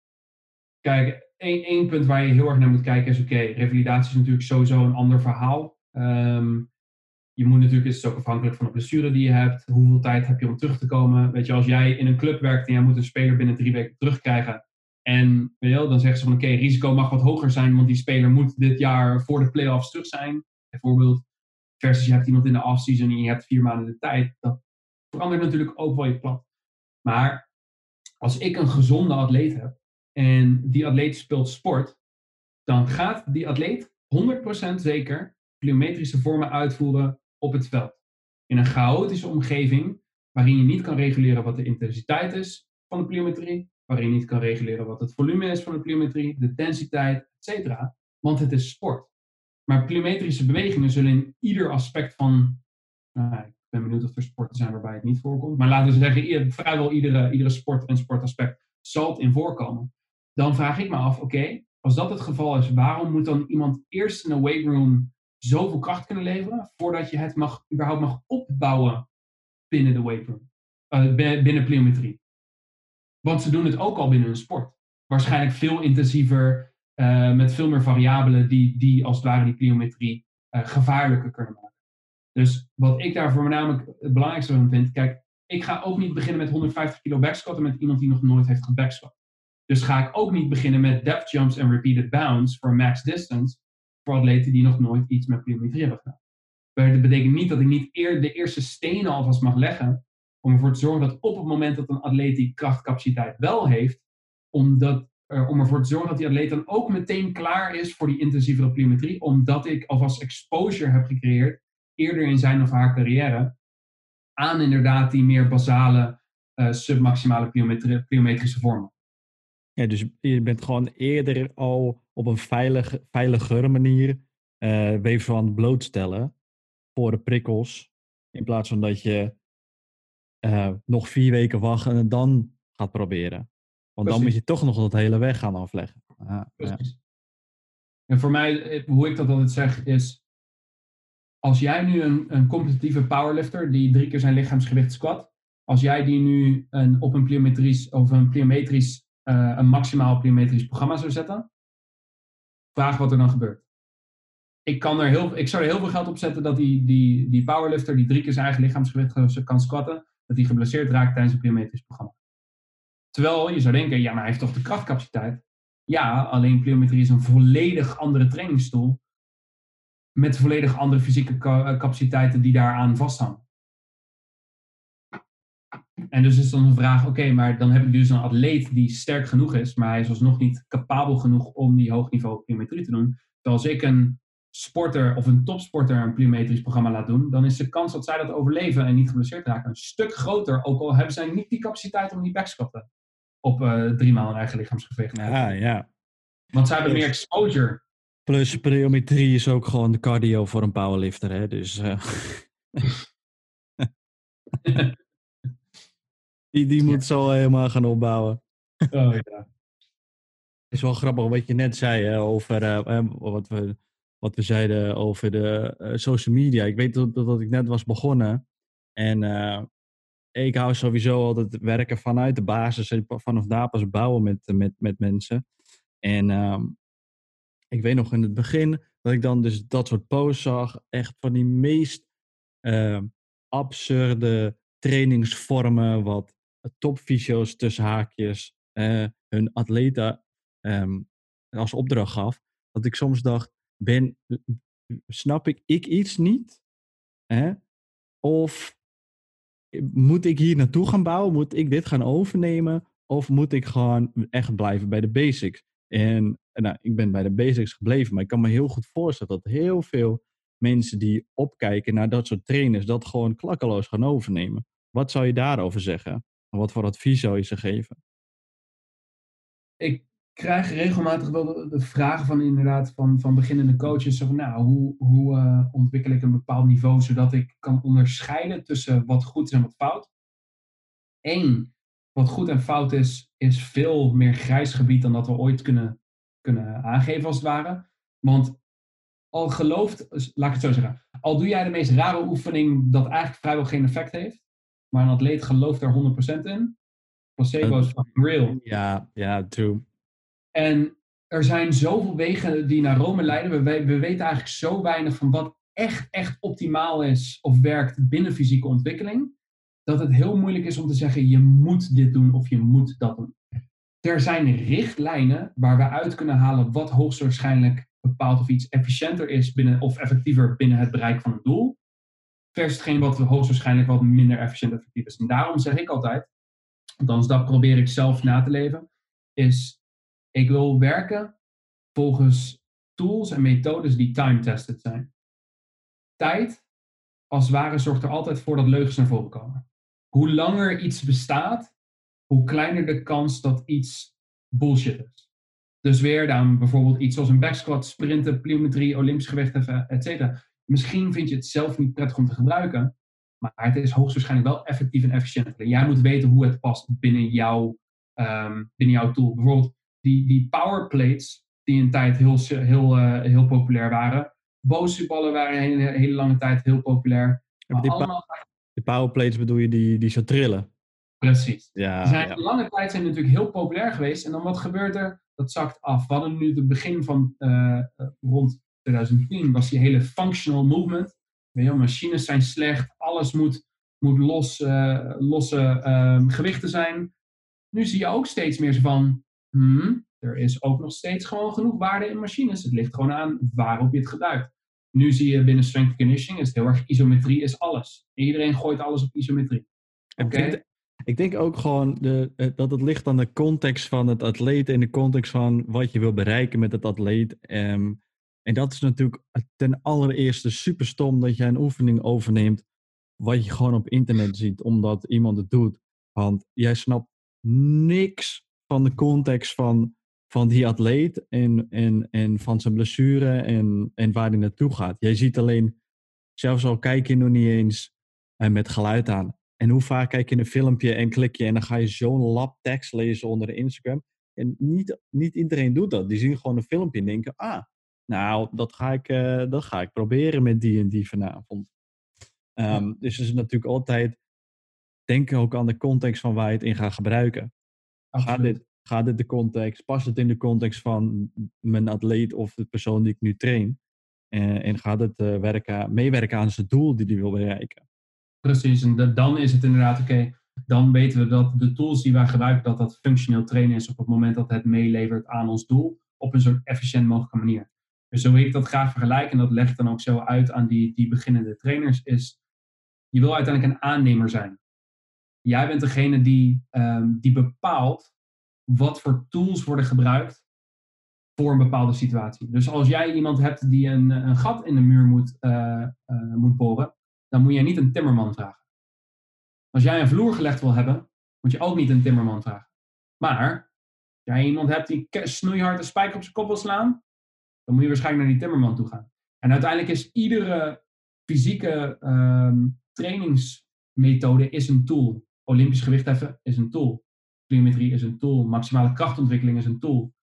Kijk, één, één punt waar je heel erg naar moet kijken is, oké, okay, revalidatie is natuurlijk sowieso een ander verhaal. Um, Je moet natuurlijk, is het ook afhankelijk van de blessure die je hebt. Hoeveel tijd heb je om terug te komen? Weet je, als jij in een club werkt en jij moet een speler binnen drie weken terugkrijgen. En weet je wel, dan zeggen ze van oké, okay, risico mag wat hoger zijn, want die speler moet dit jaar voor de play-offs terug zijn. Bijvoorbeeld, versus je hebt iemand in de off-season en je hebt vier maanden de tijd. Dat verandert natuurlijk ook wel je plan. Maar als ik een gezonde atleet heb en die atleet speelt sport, dan gaat die atleet honderd procent zeker pliometrische vormen uitvoeren op het veld. In een chaotische omgeving waarin je niet kan reguleren wat de intensiteit is van de pliometrie, waarin je niet kan reguleren wat het volume is van de pliometrie, de densiteit, et cetera. Want het is sport. Maar pliometrische bewegingen zullen in ieder aspect van, nou, ik ben benieuwd of er sporten zijn waarbij het niet voorkomt, maar laten we zeggen, vrijwel iedere, iedere sport en sportaspect zal het in voorkomen. Dan vraag ik me af, oké, okay, als dat het geval is, waarom moet dan iemand eerst in een weight room zoveel kracht kunnen leveren, voordat je het mag, überhaupt mag opbouwen binnen de weight room, uh, binnen pliometrie. Want ze doen het ook al binnen een sport. Waarschijnlijk veel intensiever, uh, met veel meer variabelen die, die als het ware die pliometrie uh, gevaarlijker kunnen maken. Dus wat ik daar voornamelijk het belangrijkste van vind, kijk, ik ga ook niet beginnen met honderdvijftig kilo backsquatten met iemand die nog nooit heeft gebacksquat. Dus ga ik ook niet beginnen met depth jumps en repeated bounds voor max distance, voor atleten die nog nooit iets met pliometrie hebben gedaan. Dat betekent niet dat ik niet eer de eerste stenen alvast mag leggen, om ervoor te zorgen dat op het moment dat een atleet die krachtcapaciteit wel heeft, om, dat, uh, om ervoor te zorgen dat die atleet dan ook meteen klaar is voor die intensievere pliometrie, omdat ik alvast exposure heb gecreëerd, eerder in zijn of haar carrière, aan inderdaad die meer basale, uh, submaximale pliometri- pliometrische vormen. Ja, dus je bent gewoon eerder al op een veilig, veiligere manier uh, weefsel aan het blootstellen voor de prikkels. In plaats van dat je uh, nog vier weken wacht en het dan gaat proberen. Want Precies. Dan moet je toch nog dat hele weg gaan afleggen. Ah, Precies. Ja. En voor mij, hoe ik dat altijd zeg, is als jij nu een, een competitieve powerlifter die drie keer zijn lichaamsgewicht squat, als jij die nu een, op een pliometrisch of een pliometrisch Uh, een maximaal pliometrisch programma zou zetten, vraag wat er dan gebeurt. Ik, kan er heel, ik zou er heel veel geld op zetten dat die, die, die powerlifter die drie keer zijn eigen lichaamsgewicht kan squatten, dat hij geblesseerd raakt tijdens een pliometrisch programma. Terwijl je zou denken, ja, maar hij heeft toch de krachtcapaciteit? Ja, alleen pliometrie is een volledig andere trainingstool met volledig andere fysieke capaciteiten die daaraan vasthangen. En dus is dan een vraag, oké, okay, maar dan heb ik dus een atleet die sterk genoeg is, maar hij is alsnog niet capabel genoeg om die hoogniveau pliometrie te doen. Terwijl als ik een sporter of een topsporter een pliometrisch programma laat doen, dan is de kans dat zij dat overleven en niet geblesseerd raken een stuk groter, ook al hebben zij niet die capaciteit om die backsquatten op uh, drie maal hun eigen lichaamsgewicht. Ja, ja. Want zij hebben plus, meer exposure. Plus pliometrie is ook gewoon de cardio voor een powerlifter, hè? Dus uh... die, die moet zo helemaal gaan opbouwen. Oh ja. Het is wel grappig wat je net zei hè, over uh, wat, we, wat we zeiden over de uh, social media. Ik weet dat, dat ik net was begonnen en uh, ik hou sowieso altijd werken vanuit de basis en vanaf daar pas bouwen met, met, met mensen. En um, ik weet nog in het begin dat ik dan dus dat soort posts zag, echt van die meest uh, absurde trainingsvormen, wat topfysio's tussen haakjes uh, hun atleten um, als opdracht gaf, dat ik soms dacht, ben, snap ik, ik iets niet? Hè? Of moet ik hier naartoe gaan bouwen? Moet ik dit gaan overnemen? Of moet ik gewoon echt blijven bij de basics? En nou, ik ben bij de basics gebleven, maar ik kan me heel goed voorstellen dat heel veel mensen die opkijken naar dat soort trainers dat gewoon klakkeloos gaan overnemen. Wat zou je daarover zeggen? Wat voor advies zou je ze geven? Ik krijg regelmatig wel de, de vragen van inderdaad van, van beginnende coaches. Van, nou, hoe, hoe uh, ontwikkel ik een bepaald niveau zodat ik kan onderscheiden tussen wat goed is en wat fout? Eén, wat goed en fout is, is veel meer grijs gebied dan dat we ooit kunnen, kunnen aangeven als het ware. Want al gelooft, laat ik het zo zeggen, al doe jij de meest rare oefening dat eigenlijk vrijwel geen effect heeft, maar een atleet gelooft er honderd procent in, placebo is fucking real. Ja, ja, true. En er zijn zoveel wegen die naar Rome leiden. We, we weten eigenlijk zo weinig van wat echt, echt optimaal is of werkt binnen fysieke ontwikkeling, dat het heel moeilijk is om te zeggen, je moet dit doen of je moet dat doen. Er zijn richtlijnen waar we uit kunnen halen wat hoogstwaarschijnlijk bepaalt of iets efficiënter is binnen, of effectiever binnen het bereik van het doel, versus hetgeen wat hoogstwaarschijnlijk wat minder efficiënt effectief is. En daarom zeg ik altijd, althans dat probeer ik zelf na te leven, is ik wil werken volgens tools en methodes die time-tested zijn. Tijd, als het ware, zorgt er altijd voor dat leugens naar voren komen. Hoe langer iets bestaat, hoe kleiner de kans dat iets bullshit is. Dus weer dan bijvoorbeeld iets zoals een backsquat, sprinten, pliometrie, olympisch gewicht heffen, et cetera. Misschien vind je het zelf niet prettig om te gebruiken, maar het is hoogstwaarschijnlijk wel effectief en efficiënt. En jij moet weten hoe het past binnen jouw, um, binnen jouw tool. Bijvoorbeeld die, die powerplates, die een tijd heel, heel, uh, heel populair waren. Bosuballen waren een hele, hele lange tijd heel populair. Maar die, allemaal... pa- die powerplates bedoel je die, die zo trillen? Precies. Ja, die zijn ja. lange tijd zijn natuurlijk heel populair geweest. En dan wat gebeurt er? Dat zakt af. We hadden nu het begin van uh, rond twintig tien was die hele functional movement. Weet je, machines zijn slecht. Alles moet, moet los, uh, losse uh, gewichten zijn. Nu zie je ook steeds meer zo van... Hmm, er is ook nog steeds gewoon genoeg waarde in machines. Het ligt gewoon aan waarop je het gebruikt. Nu zie je binnen strength conditioning is het heel erg isometrie is alles. Iedereen gooit alles op isometrie. Oké? Okay? Ik denk ook gewoon de, dat het ligt aan de context van het atleet en de context van wat je wil bereiken met het atleet. Um, en dat is natuurlijk ten allereerste super stom dat je een oefening overneemt wat je gewoon op internet ziet, omdat iemand het doet. Want jij snapt niks van de context van, van die atleet en, en, en van zijn blessure en, en waar hij naartoe gaat. Jij ziet alleen, zelfs al kijk je nog niet eens uh, met geluid aan. En hoe vaak kijk je een filmpje en klik je en dan ga je zo'n lab tekst lezen onder de Instagram. En niet, niet iedereen doet dat. Die zien gewoon een filmpje en denken, ah, nou, dat ga ik, uh, dat ga ik proberen met die en die vanavond. Um, ja. Dus het is natuurlijk altijd, denken ook aan de context van waar je het in gaat gebruiken. Gaat dit, gaat dit de context, past het in de context van mijn atleet of de persoon die ik nu train? Uh, en gaat het uh, werken, meewerken aan zijn doel die hij wil bereiken? Precies, en de, dan is het inderdaad oké. Okay, dan weten we dat de tools die wij gebruiken, dat dat functioneel trainen is op het moment dat het meelevert aan ons doel op een zo efficiënt mogelijke manier. Dus zo wil ik dat graag vergelijken en dat leg ik dan ook zo uit aan die, die beginnende trainers is, je wil uiteindelijk een aannemer zijn. Jij bent degene die, um, die bepaalt wat voor tools worden gebruikt voor een bepaalde situatie. Dus als jij iemand hebt die een, een gat in de muur moet, uh, uh, moet boren, dan moet je niet een timmerman vragen. Als jij een vloer gelegd wil hebben, moet je ook niet een timmerman vragen. Maar als jij iemand hebt die snoeihard een spijker op zijn kop wil slaan, dan moet je waarschijnlijk naar die timmerman toe gaan. En uiteindelijk is iedere fysieke um, trainingsmethode is een tool. Olympisch gewichtheffen is een tool. Pliometrie is een tool. Maximale krachtontwikkeling is een tool.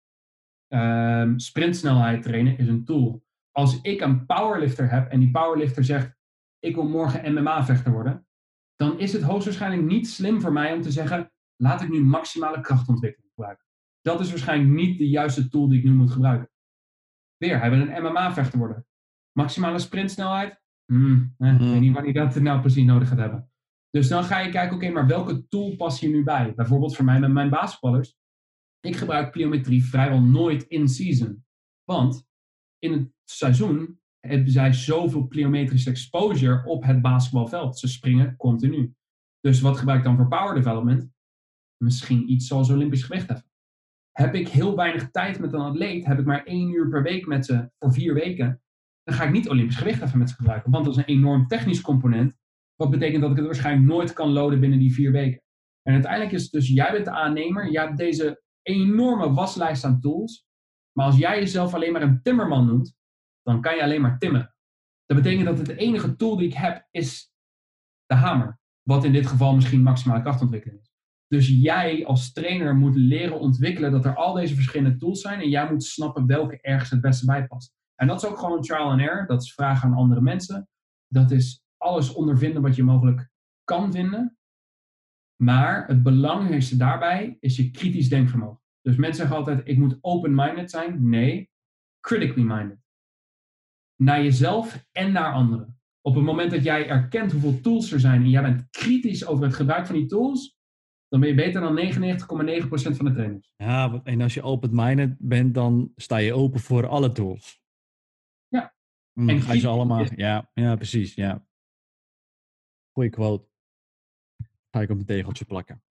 Um, sprintsnelheid trainen is een tool. Als ik een powerlifter heb en die powerlifter zegt, ik wil morgen M M A-vechter worden, dan is het hoogstwaarschijnlijk niet slim voor mij om te zeggen, laat ik nu maximale krachtontwikkeling gebruiken. Dat is waarschijnlijk niet de juiste tool die ik nu moet gebruiken. Weer, hij wil een M M A-vechter worden. Maximale sprintsnelheid? Hmm, eh, ik weet niet wanneer dat nou precies nodig gaat hebben. Dus dan ga je kijken, oké, okay, maar welke tool pas je nu bij? Bijvoorbeeld voor mij met mijn basketballers. Ik gebruik pliometrie vrijwel nooit in season. Want in het seizoen hebben zij zoveel pliometrische exposure op het basketbalveld. Ze springen continu. Dus wat gebruik ik dan voor power development? Misschien iets zoals Olympisch gewichtheffen. Heb ik heel weinig tijd met een atleet, heb ik maar één uur per week met ze voor vier weken, dan ga ik niet Olympisch gewichtheffen met ze gebruiken. Want dat is een enorm technisch component, wat betekent dat ik het waarschijnlijk nooit kan loaden binnen die vier weken. En uiteindelijk is het dus, jij bent de aannemer, jij hebt deze enorme waslijst aan tools, maar als jij jezelf alleen maar een timmerman noemt, dan kan je alleen maar timmeren. Dat betekent dat het de enige tool die ik heb, is de hamer. Wat in dit geval misschien maximale krachtontwikkeling is. Dus jij als trainer moet leren ontwikkelen dat er al deze verschillende tools zijn en jij moet snappen welke ergens het beste bij past. En dat is ook gewoon trial and error. Dat is vragen aan andere mensen. Dat is alles ondervinden wat je mogelijk kan vinden. Maar het belangrijkste daarbij is je kritisch denkvermogen. Dus mensen zeggen altijd, ik moet open-minded zijn. Nee, critically minded. Naar jezelf en naar anderen. Op het moment dat jij erkent hoeveel tools er zijn en jij bent kritisch over het gebruik van die tools, dan ben je beter dan negenennegentig komma negen procent van de trainers. Ja, en als je open-minded bent, dan sta je open voor alle tools. Ja. Dan en ga je ze allemaal... Ja, ja, precies, ja. Goeie quote. Ga ik op een tegeltje plakken.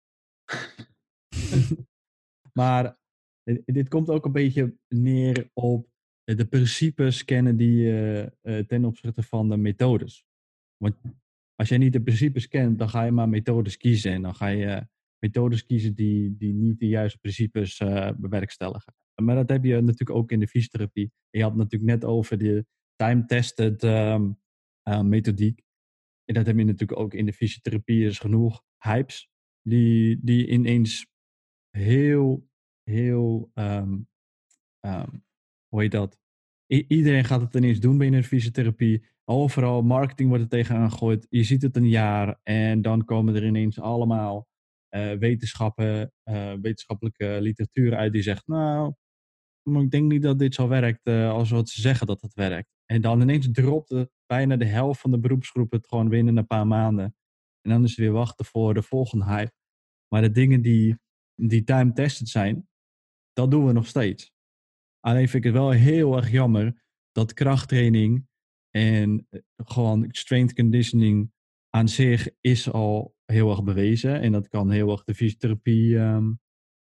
Maar dit komt ook een beetje neer op de principes kennen die je uh, ten opzichte van de methodes. Want als jij niet de principes kent, dan ga je maar methodes kiezen. En dan ga je uh, methodes kiezen die, die niet de juiste principes uh, bewerkstelligen. Maar dat heb je natuurlijk ook in de fysiotherapie. Je had het natuurlijk net over de time-tested um, uh, methodiek. En dat heb je natuurlijk ook in de fysiotherapie. Er is genoeg hypes die, die ineens heel, heel, um, um, hoe heet dat? I- iedereen gaat het ineens doen binnen de fysiotherapie. Overal marketing wordt er tegenaan gegooid. Je ziet het een jaar en dan komen er ineens allemaal uh, wetenschappen, uh, wetenschappelijke literatuur uit die zegt, nou, maar ik denk niet dat dit zo werkt uh, als wat ze zeggen dat het werkt. En dan ineens dropt de, bijna de helft van de beroepsgroep het gewoon binnen een paar maanden. En dan is het weer wachten voor de volgende hype. Maar de dingen die, die time-tested zijn, dat doen we nog steeds. Alleen vind ik het wel heel erg jammer dat krachttraining en gewoon strength conditioning aan zich is al heel erg bewezen. En dat kan heel erg de fysiotherapie, um,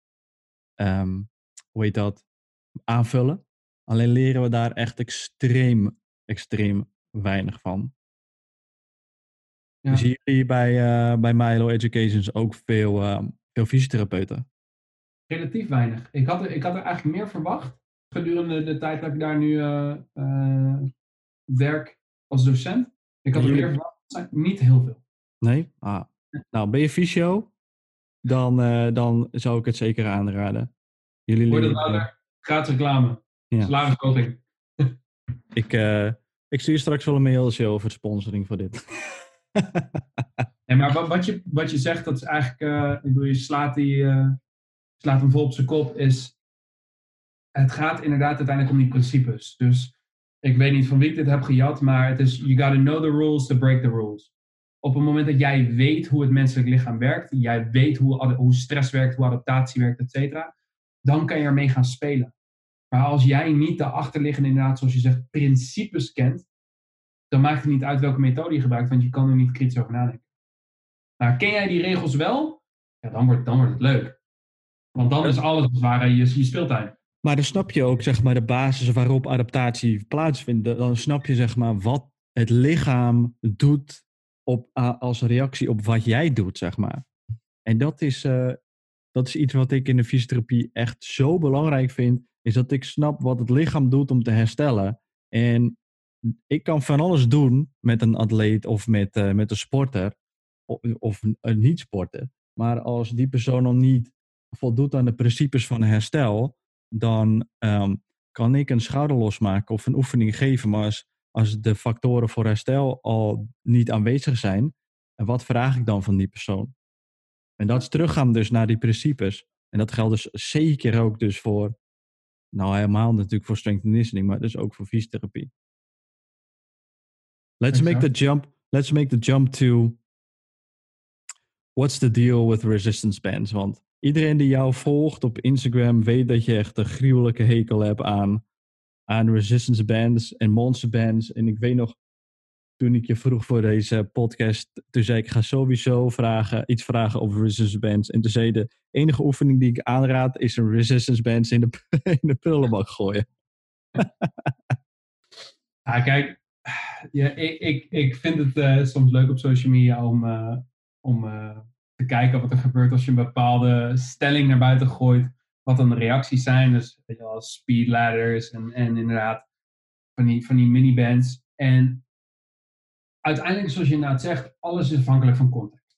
um, hoe heet dat, aanvullen. Alleen leren we daar echt extreem, extreem weinig van. Ja. Zien jullie bij, uh, bij Milo Educations ook veel, uh, veel fysiotherapeuten? Relatief weinig. Ik had, er, ik had er eigenlijk meer verwacht gedurende de tijd dat ik daar nu uh, uh, werk als docent. Ik had er meer verwacht, niet heel veel. Nee? Ah. Nou, ben je fysio? Dan, uh, dan zou ik het zeker aanraden. Jullie Hoor dat nou gratis reclame. Ja. Salarisverhoging. ik, uh, ik stuur straks wel een mailtje over sponsoring voor dit. Nee, maar wat, wat, je, wat je zegt, dat is eigenlijk, uh, ik bedoel, je slaat, die, uh, slaat hem vol op zijn kop, is, het gaat inderdaad uiteindelijk om die principes. Dus ik weet niet van wie ik dit heb gejat, maar het is, you gotta know the rules to break the rules. Op het moment dat jij weet hoe het menselijk lichaam werkt, jij weet hoe, hoe stress werkt, hoe adaptatie werkt, et cetera, dan kan je ermee gaan spelen. Maar als jij niet de achterliggende, inderdaad, zoals je zegt, principes kent, dan maakt het niet uit welke methode je gebruikt, want je kan er niet kritisch over nadenken. Maar ken jij die regels wel? Ja, dan wordt, dan wordt het leuk. Want dan is alles als het ware je, je speeltuin. Maar dan snap je ook, zeg maar, de basis waarop adaptatie plaatsvindt. Dan snap je, zeg maar, wat het lichaam doet op, uh, als reactie op wat jij doet, zeg maar. En dat is, uh, dat is iets wat ik in de fysiotherapie echt zo belangrijk vind, is dat ik snap wat het lichaam doet om te herstellen. En ik kan van alles doen met een atleet of met, uh, met een sporter, of, of een, een niet-sporter. Maar als die persoon nog niet voldoet aan de principes van herstel, dan um, kan ik een schouder losmaken of een oefening geven. Maar als, als de factoren voor herstel al niet aanwezig zijn, en wat vraag ik dan van die persoon? En dat is teruggaan dus naar die principes. En dat geldt dus zeker ook dus voor, nou helemaal natuurlijk voor strength and conditioning, maar dus ook voor fysiotherapie. Let's make the jump, let's make the jump to what's the deal with resistance bands? Want iedereen die jou volgt op Instagram weet dat je echt een gruwelijke hekel hebt aan, aan resistance bands en monster bands. En ik weet nog, toen ik je vroeg voor deze podcast, toen zei ik, ik ga sowieso vragen, iets vragen over resistance bands. En toen zei je, de enige oefening die ik aanraad is een resistance bands in de, in de prullenbak gooien. Ja, kijk, ja, ik, ik, ik vind het uh, soms leuk op social media om, uh, om uh, te kijken wat er gebeurt als je een bepaalde stelling naar buiten gooit. Wat dan de reacties zijn. Dus weet je wel, speed ladders en, en inderdaad van die, van die minibands. En uiteindelijk, zoals je inderdaad zegt, alles is afhankelijk van context.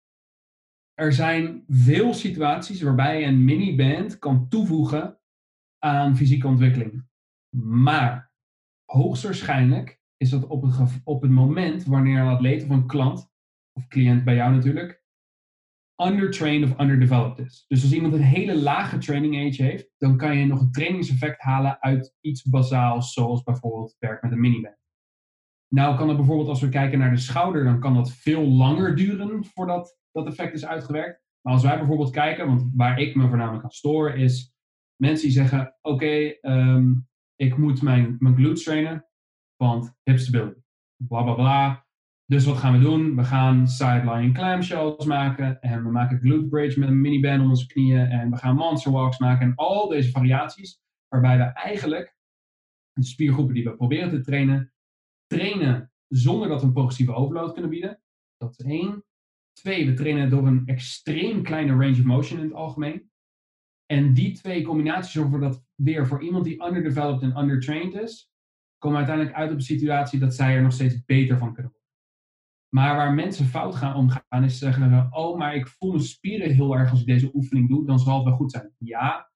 Er zijn veel situaties waarbij je een miniband kan toevoegen aan fysieke ontwikkeling. Maar hoogstwaarschijnlijk is dat op het, op het moment wanneer een atleet of een klant, of cliënt bij jou natuurlijk, undertrained of underdeveloped is. Dus als iemand een hele lage training age heeft, dan kan je nog een trainingseffect halen uit iets bazaals, zoals bijvoorbeeld werk met een miniband. Nou kan het bijvoorbeeld, als we kijken naar de schouder, dan kan dat veel langer duren voordat dat effect is uitgewerkt. Maar als wij bijvoorbeeld kijken, want waar ik me voornamelijk aan stoor, is mensen die zeggen, oké, okay, um, ik moet mijn, mijn glutes trainen, want hip stability, bla bla bla. Dus wat gaan we doen? We gaan side-lying clamshells maken en we maken glute bridge met een miniband om onze knieën en we gaan monster walks maken en al deze variaties, waarbij we eigenlijk de spiergroepen die we proberen te trainen, trainen zonder dat we een progressieve overload kunnen bieden. Dat is één. Twee, we trainen door een extreem kleine range of motion in het algemeen. En die twee combinaties zorgen dat weer voor iemand die underdeveloped en undertrained is, komen uiteindelijk uit op een situatie dat zij er nog steeds beter van kunnen worden. Maar waar mensen fout gaan omgaan is zeggen, oh, maar ik voel mijn spieren heel erg als ik deze oefening doe, dan zal het wel goed zijn. Ja,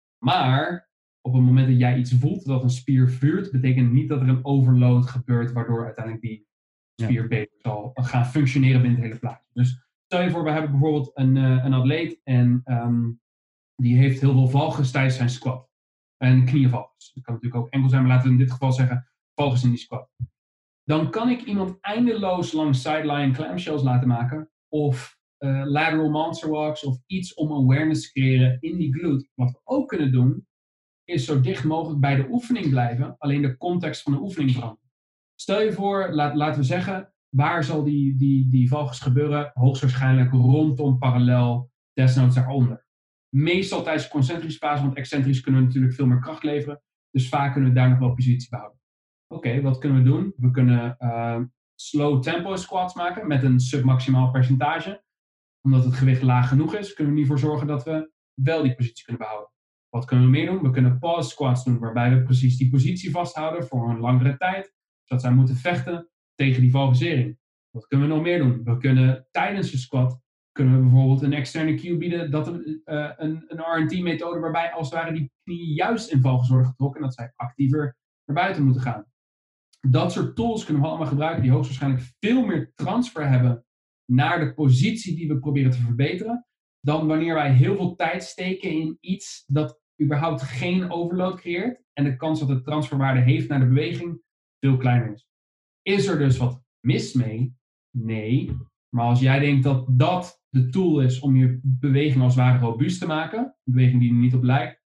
maar op het moment dat jij iets voelt dat een spier vuurt, betekent niet dat er een overload gebeurt, waardoor uiteindelijk die spier ja. beter zal gaan functioneren binnen het hele plaatje. Dus stel je voor, we hebben bijvoorbeeld een, uh, een atleet en um, die heeft heel veel valgus tijdens zijn squat. En knieënvalgus. Dat kan natuurlijk ook enkel zijn, maar laten we in dit geval zeggen valgus in die squat. Dan kan ik iemand eindeloos lang sideline clamshells laten maken of uh, lateral monster walks of iets om awareness te creëren in die glute. Wat we ook kunnen doen, is zo dicht mogelijk bij de oefening blijven, alleen de context van de oefening veranderen. Stel je voor, laat, laten we zeggen, waar zal die, die, die valgus gebeuren? Hoogstwaarschijnlijk rondom parallel, desnoods daaronder. Meestal tijdens de concentrische fase, want excentrisch kunnen we natuurlijk veel meer kracht leveren. Dus vaak kunnen we daar nog wel positie behouden. Oké, okay, wat kunnen we doen? We kunnen uh, slow tempo squats maken met een submaximaal percentage. Omdat het gewicht laag genoeg is, kunnen we ervoor zorgen dat we wel die positie kunnen behouden. Wat kunnen we meer doen? We kunnen pause squats doen, waarbij we precies die positie vasthouden voor een langere tijd. Zodat zij moeten vechten tegen die valgusering. Wat kunnen we nog meer doen? We kunnen tijdens de squat kunnen we bijvoorbeeld een externe cue bieden, dat we, uh, een, een R en T-methode waarbij als het ware die knieën juist in valgus worden getrokken en dat zij actiever naar buiten moeten gaan. Dat soort tools kunnen we allemaal gebruiken die hoogstwaarschijnlijk veel meer transfer hebben naar de positie die we proberen te verbeteren, dan wanneer wij heel veel tijd steken in iets dat überhaupt geen overload creëert en de kans dat het transferwaarde heeft naar de beweging veel kleiner is. Is er dus wat mis mee, Nee. Maar als jij denkt dat dat de tool is om je beweging als het ware robuust te maken, een beweging die er niet op lijkt,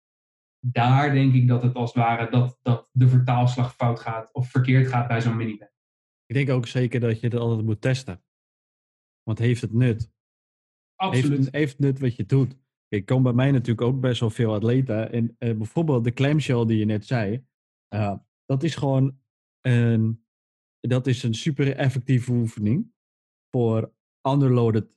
daar denk ik dat het als het ware dat, dat de vertaalslag fout gaat of verkeerd gaat bij zo'n miniband. Ik denk ook zeker dat je het altijd moet testen. Want heeft het nut? Absoluut. Heeft, heeft nut wat je doet? Ik kom bij mij natuurlijk ook best wel veel atleten. En uh, bijvoorbeeld de clamshell die je net zei. Uh, dat is gewoon een, dat is een super effectieve oefening voor underloaded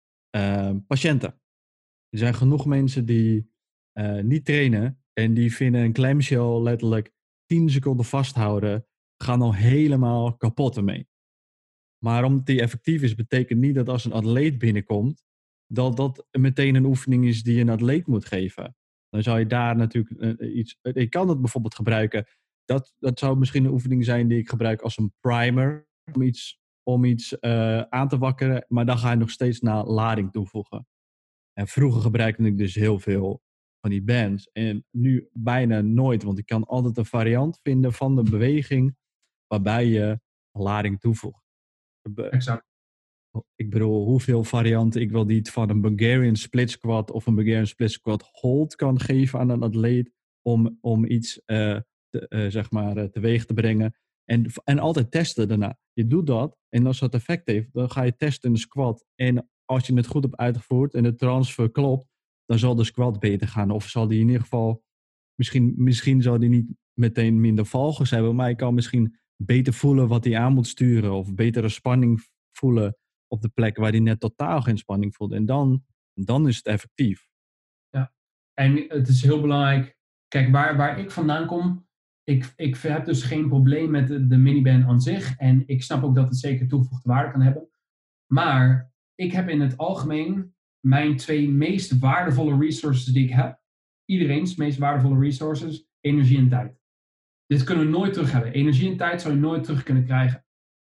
uh, patiënten. Er zijn genoeg mensen die uh, niet trainen en die vinden een clamshell letterlijk tien seconden vasthouden, gaan al helemaal kapot ermee. Maar omdat die effectief is, betekent niet dat als een atleet binnenkomt, dat dat meteen een oefening is die een atleet moet geven. Dan zou je daar natuurlijk uh, iets... Ik kan het bijvoorbeeld gebruiken. Dat, dat zou misschien een oefening zijn die ik gebruik als een primer. Om iets, om iets uh, aan te wakkeren. Maar dan ga je nog steeds naar lading toevoegen. En vroeger gebruikte ik dus heel veel van die bands. En nu bijna nooit. Want ik kan altijd een variant vinden van de beweging waarbij je lading toevoegt. Exact. Ik bedoel, hoeveel varianten ik wel niet van een Bulgarian split squat of een Bulgarian split squat hold kan geven aan een atleet om, om iets uh, te, uh, zeg maar, uh, teweeg te brengen. En, en altijd testen daarna. Je doet dat en als dat effect heeft, dan ga je testen in de squat. En als je het goed hebt uitgevoerd en de transfer klopt, dan zal de squat beter gaan. Of zal die in ieder geval, misschien, misschien zal die niet meteen minder valgus hebben, maar je kan misschien beter voelen wat hij aan moet sturen of betere spanning voelen op de plek waar hij net totaal geen spanning voelt. En dan, dan is het effectief. Ja, en het is heel belangrijk. Kijk, waar, waar ik vandaan kom, ik, ik heb dus geen probleem met de, de miniband aan zich. En ik snap ook dat het zeker toegevoegde waarde kan hebben. Maar ik heb in het algemeen mijn twee meest waardevolle resources die ik heb. Iedereen's meest waardevolle resources, energie en tijd. Dit kunnen we nooit terug hebben. Energie en tijd zou je nooit terug kunnen krijgen.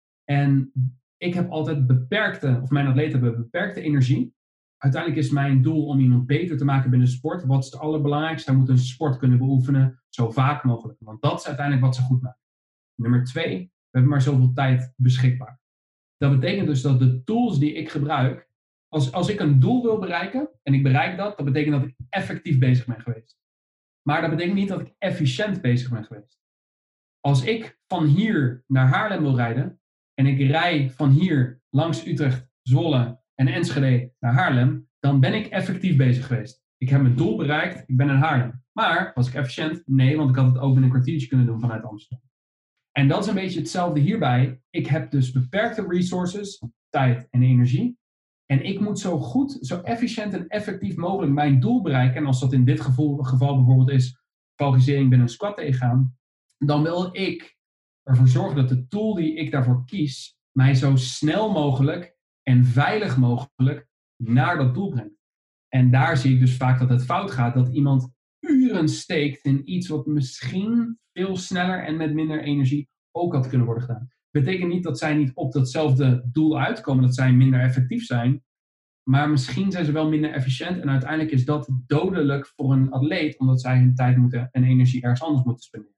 En ik heb altijd beperkte, of mijn atleten hebben beperkte energie. Uiteindelijk is mijn doel om iemand beter te maken binnen de sport. Wat is het allerbelangrijkste? Hij moet een sport kunnen beoefenen zo vaak mogelijk. Want dat is uiteindelijk wat ze goed maken. Nummer twee, we hebben maar zoveel tijd beschikbaar. Dat betekent dus dat de tools die ik gebruik, als, als ik een doel wil bereiken en ik bereik dat, dat betekent dat ik effectief bezig ben geweest. Maar dat betekent niet dat ik efficiënt bezig ben geweest. Als ik van hier naar Haarlem wil rijden en ik rij van hier langs Utrecht, Zwolle en Enschede naar Haarlem, dan ben ik effectief bezig geweest. Ik heb mijn doel bereikt, ik ben in Haarlem. Maar was ik efficiënt? Nee, want ik had het ook in een kwartiertje kunnen doen vanuit Amsterdam. En dat is een beetje hetzelfde hierbij. Ik heb dus beperkte resources, tijd en energie. En ik moet zo goed, zo efficiënt en effectief mogelijk mijn doel bereiken. En als dat in dit geval, geval bijvoorbeeld is, valgisering binnen een squat tegengaan, dan wil ik ervoor zorgen dat de tool die ik daarvoor kies, mij zo snel mogelijk en veilig mogelijk naar dat doel brengt. En daar zie ik dus vaak dat het fout gaat, dat iemand uren steekt in iets wat misschien veel sneller en met minder energie ook had kunnen worden gedaan. Dat betekent niet dat zij niet op datzelfde doel uitkomen, dat zij minder effectief zijn, maar misschien zijn ze wel minder efficiënt en uiteindelijk is dat dodelijk voor een atleet, omdat zij hun tijd moeten en energie ergens anders moeten spenderen.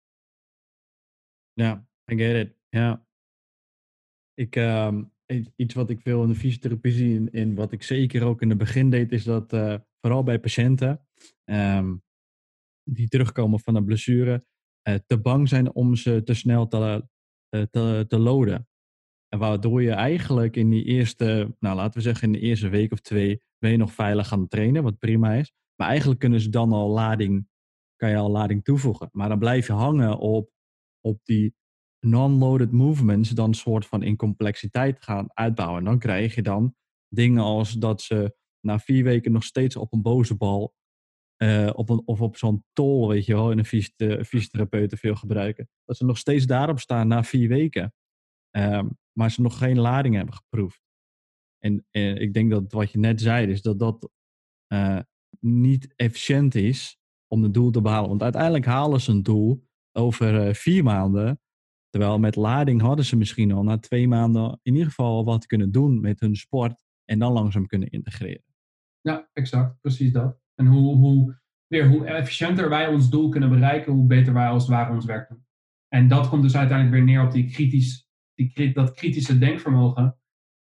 Ja, I get it. Ja. Ik, um, iets wat ik veel in de fysiotherapie zie en, en wat ik zeker ook in het begin deed, is dat uh, vooral bij patiënten um, die terugkomen van een blessure, uh, te bang zijn om ze te snel te, uh, te, te loaden. En waardoor je eigenlijk in die eerste, nou laten we zeggen in de eerste week of twee, ben je nog veilig gaan trainen, wat prima is. Maar eigenlijk kunnen ze dan al lading, kan je al lading toevoegen. Maar dan blijf je hangen op, op die non-loaded movements, dan een soort van in complexiteit gaan uitbouwen. En dan krijg je dan dingen als dat ze na vier weken nog steeds op een boze bal uh, op een, of op zo'n tol, weet je wel, in een fysiotherapeuten veel gebruiken. Dat ze nog steeds daarop staan na vier weken. Um, maar ze nog geen lading hebben geproefd. En uh, ik denk dat wat je net zei, is dat dat uh, niet efficiënt is om het doel te behalen. Want uiteindelijk halen ze een doel over uh, vier maanden. Terwijl met lading hadden ze misschien al na twee maanden in ieder geval wat kunnen doen met hun sport. En dan langzaam kunnen integreren. Ja, exact. Precies dat. En hoe, hoe, weer, hoe efficiënter wij ons doel kunnen bereiken, hoe beter wij als het ware ons werk doen. En dat komt dus uiteindelijk weer neer op die kritisch, die, dat kritische denkvermogen.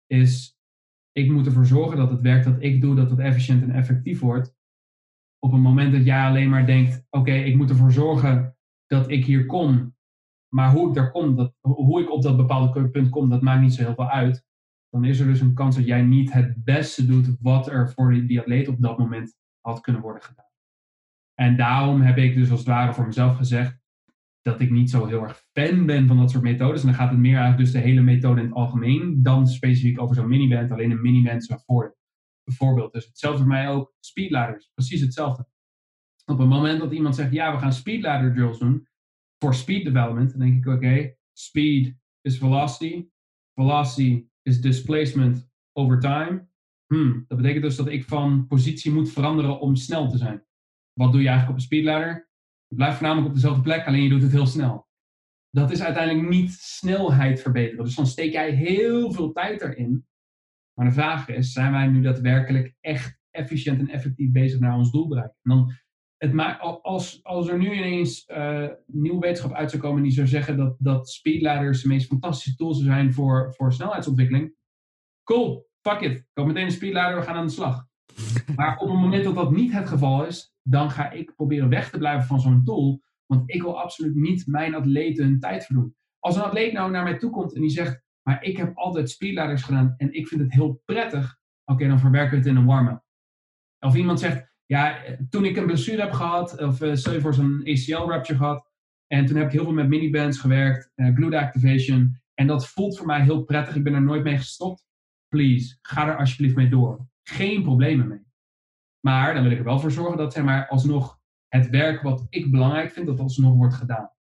is, ik moet ervoor zorgen dat het werk dat ik doe, dat het efficiënt en effectief wordt. Op het moment dat jij alleen maar denkt, oké, okay, ik moet ervoor zorgen dat ik hier kom. Maar hoe ik daar kom, dat, hoe ik op dat bepaalde punt kom, dat maakt niet zo heel veel uit. Dan is er dus een kans dat jij niet het beste doet wat er voor die, die atleet op dat moment had kunnen worden gedaan. En daarom heb ik dus als het ware voor mezelf gezegd dat ik niet zo heel erg fan ben van dat soort methodes. En dan gaat het meer eigenlijk dus de hele methode in het algemeen dan specifiek over zo'n miniband. Alleen een miniband is een voor, voorbeeld. Dus hetzelfde voor mij ook. Speedladders, precies hetzelfde. Op het moment dat iemand zegt, ja, we gaan speedladder drills doen voor speed development, dan denk ik, oké, okay, speed is velocity. Velocity is displacement over time. Hmm, dat betekent dus dat ik van positie moet veranderen om snel te zijn. Wat doe je eigenlijk op een speedladder? Je blijft voornamelijk op dezelfde plek, alleen je doet het heel snel. Dat is uiteindelijk niet snelheid verbeteren. Dus dan steek jij heel veel tijd erin. Maar de vraag is, zijn wij nu daadwerkelijk echt efficiënt en effectief bezig naar ons doel bereiken? En dan, het maakt, als, als er nu ineens uh, nieuwe wetenschap uit zou komen die zou zeggen dat, dat speedladders de meest fantastische tools zijn voor, voor snelheidsontwikkeling. Cool, fuck it. Koop meteen een speedladder, we gaan aan de slag. Maar op het moment dat dat niet het geval is, dan ga ik proberen weg te blijven van zo'n tool. Want ik wil absoluut niet mijn atleten hun tijd verdoen. Als een atleet nou naar mij toe komt en die zegt, maar ik heb altijd speedladders gedaan en ik vind het heel prettig. Oké, okay, dan verwerken we het in een warm-up. Of iemand zegt, ja, toen ik een blessure heb gehad, of uh, stel je voor zo'n A C L-rupture gehad, en toen heb ik heel veel met minibands gewerkt, uh, glute activation, en dat voelt voor mij heel prettig, ik ben er nooit mee gestopt. Please, ga er alsjeblieft mee door. Geen problemen mee. Maar dan wil ik er wel voor zorgen dat, zeg maar, alsnog het werk wat ik belangrijk vind, dat alsnog wordt gedaan.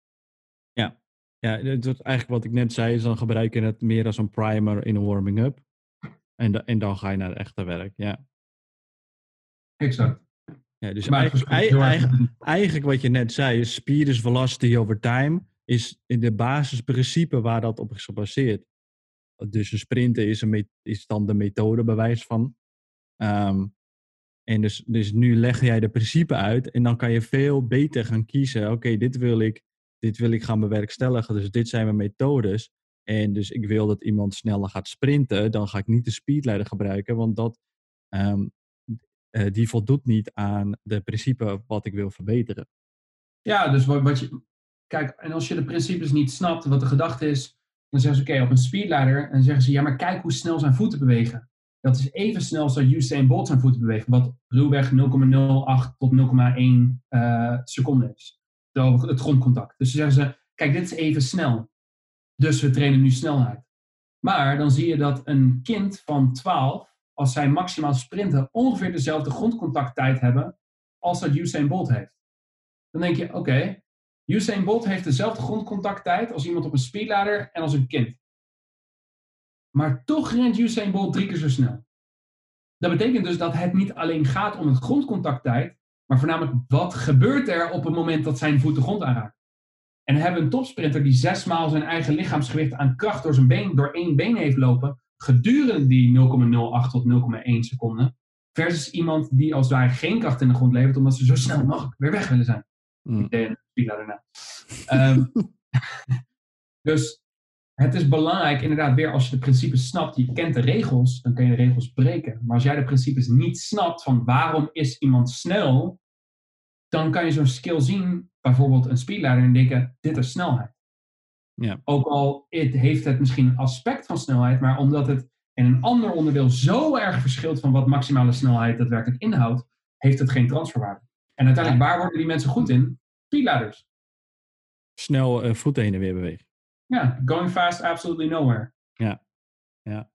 Ja, ja dat eigenlijk wat ik net zei, is dan gebruik je het meer als een primer in een warming-up. En, de, en dan ga je naar het echte werk, ja. Exact. Ja, dus eigenlijk, eigenlijk, eigenlijk wat je net zei, is speed is velocity over time, is in de basisprincipe waar dat op is gebaseerd. Dus een sprinten is, een, is dan de methode bewijs van. Um, en dus, dus nu leg jij de principe uit en dan kan je veel beter gaan kiezen. Oké, okay, dit wil ik, dit wil ik gaan bewerkstelligen, dus dit zijn mijn methodes. En dus ik wil dat iemand sneller gaat sprinten, dan ga ik niet de speedladder gebruiken, want dat, um, uh, die voldoet niet aan de principe wat ik wil verbeteren. Ja, dus wat, wat je... Kijk, en als je de principes niet snapt, wat de gedachte is, dan zeggen ze, oké, okay, op een speedladder, en dan zeggen ze, ja, maar kijk hoe snel zijn voeten bewegen. Dat is even snel als dat Usain Bolt zijn voeten beweegt, wat ruwweg nul komma nul acht tot nul komma één uh, seconden is. Het grondcontact. Dus dan zeggen ze, kijk, dit is even snel. Dus we trainen nu snelheid. Maar dan zie je dat een kind van twaalf, als zij maximaal sprinten, ongeveer dezelfde grondcontacttijd hebben als dat Usain Bolt heeft. Dan denk je, oké, okay, Usain Bolt heeft dezelfde grondcontacttijd als iemand op een speedladder en als een kind. Maar toch rent Usain Bolt drie keer zo snel. Dat betekent dus dat het niet alleen gaat om het grondcontacttijd, maar voornamelijk wat gebeurt er op het moment dat zijn voet de grond aanraakt. En dan hebben we een topsprinter die zesmaal zijn eigen lichaamsgewicht aan kracht door zijn been, door één been heeft lopen, gedurende die nul komma nul acht tot nul komma één seconden, versus iemand die als daar geen kracht in de grond levert, omdat ze zo snel mogelijk weer weg willen zijn. Mm. Ik deed een speedladder daarna. Um, dus het is belangrijk, inderdaad, weer als je de principes snapt, je kent de regels, dan kun je de regels breken. Maar als jij de principes niet snapt van waarom is iemand snel, dan kan je zo'n skill zien, bijvoorbeeld een speedladder, en denken, dit is snelheid. Ja. Ook al het heeft het misschien een aspect van snelheid, maar omdat het in een ander onderdeel zo erg verschilt van wat maximale snelheid daadwerkelijk inhoudt, heeft het geen transferwaarde. En uiteindelijk, waar worden die mensen goed in? Speedladders. Snel uh, voeten heen en weer bewegen. Ja, going fast, absolutely nowhere. Ja, ja.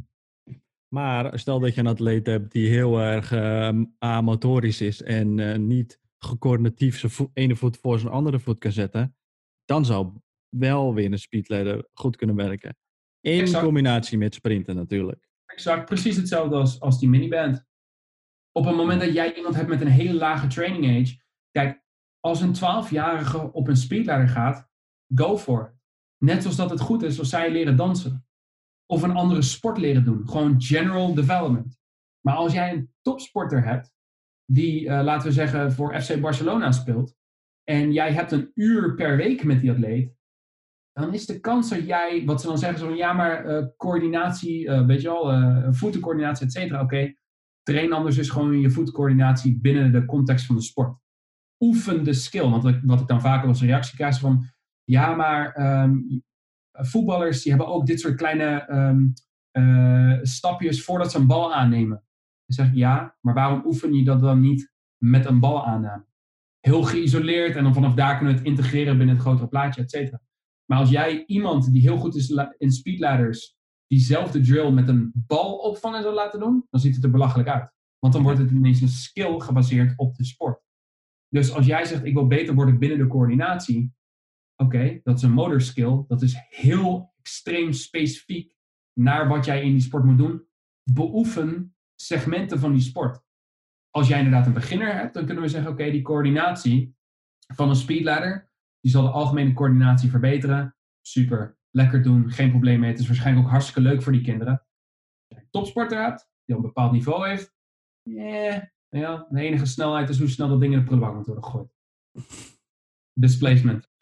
Maar stel dat je een atleet hebt die heel erg uh, amotorisch is en uh, niet gecoördinatief zijn vo- ene voet voor zijn andere voet kan zetten, dan zou wel weer een speedladder goed kunnen werken. In exact. Combinatie met sprinten natuurlijk. Exact, precies hetzelfde als, als die miniband. Op het moment dat jij iemand hebt met een hele lage training age, kijk, als een twaalfjarige op een speedladder gaat, go for it. Net zoals dat het goed is als zij leren dansen. Of een andere sport leren doen. Gewoon general development. Maar als jij een topsporter hebt, die, uh, laten we zeggen, voor F C Barcelona speelt, en jij hebt een uur per week met die atleet, dan is de kans dat jij, wat ze dan zeggen, zo van ja, maar uh, coördinatie, uh, weet je wel, uh, voetencoördinatie, et cetera. Oké, okay. Train anders is gewoon je voetencoördinatie binnen de context van de sport. Oefen de skill. Want wat ik, wat ik dan vaak als reactie krijg van, ja, maar um, voetballers die hebben ook dit soort kleine um, uh, stapjes voordat ze een bal aannemen. Dan zeg ik, ja, maar waarom oefen je dat dan niet met een bal aanname? Heel geïsoleerd en dan vanaf daar kunnen we het integreren binnen het grotere plaatje, et cetera. Maar als jij iemand die heel goed is in speedladders diezelfde drill met een bal opvangen zou laten doen, dan ziet het er belachelijk uit. Want dan wordt het ineens een skill gebaseerd op de sport. Dus als jij zegt, ik wil beter worden binnen de coördinatie, oké, okay, dat is een motor skill, dat is heel extreem specifiek naar wat jij in die sport moet doen. Beoefen segmenten van die sport. Als jij inderdaad een beginner hebt, dan kunnen we zeggen, oké, okay, die coördinatie van een speedladder, die zal de algemene coördinatie verbeteren. Super, lekker doen, geen probleem mee. Het is waarschijnlijk ook hartstikke leuk voor die kinderen. Als je een topsporter hebt, die op een bepaald niveau heeft, yeah, ja, de enige snelheid is hoe snel dat ding in de prullenbak moet worden gegooid. Displacement.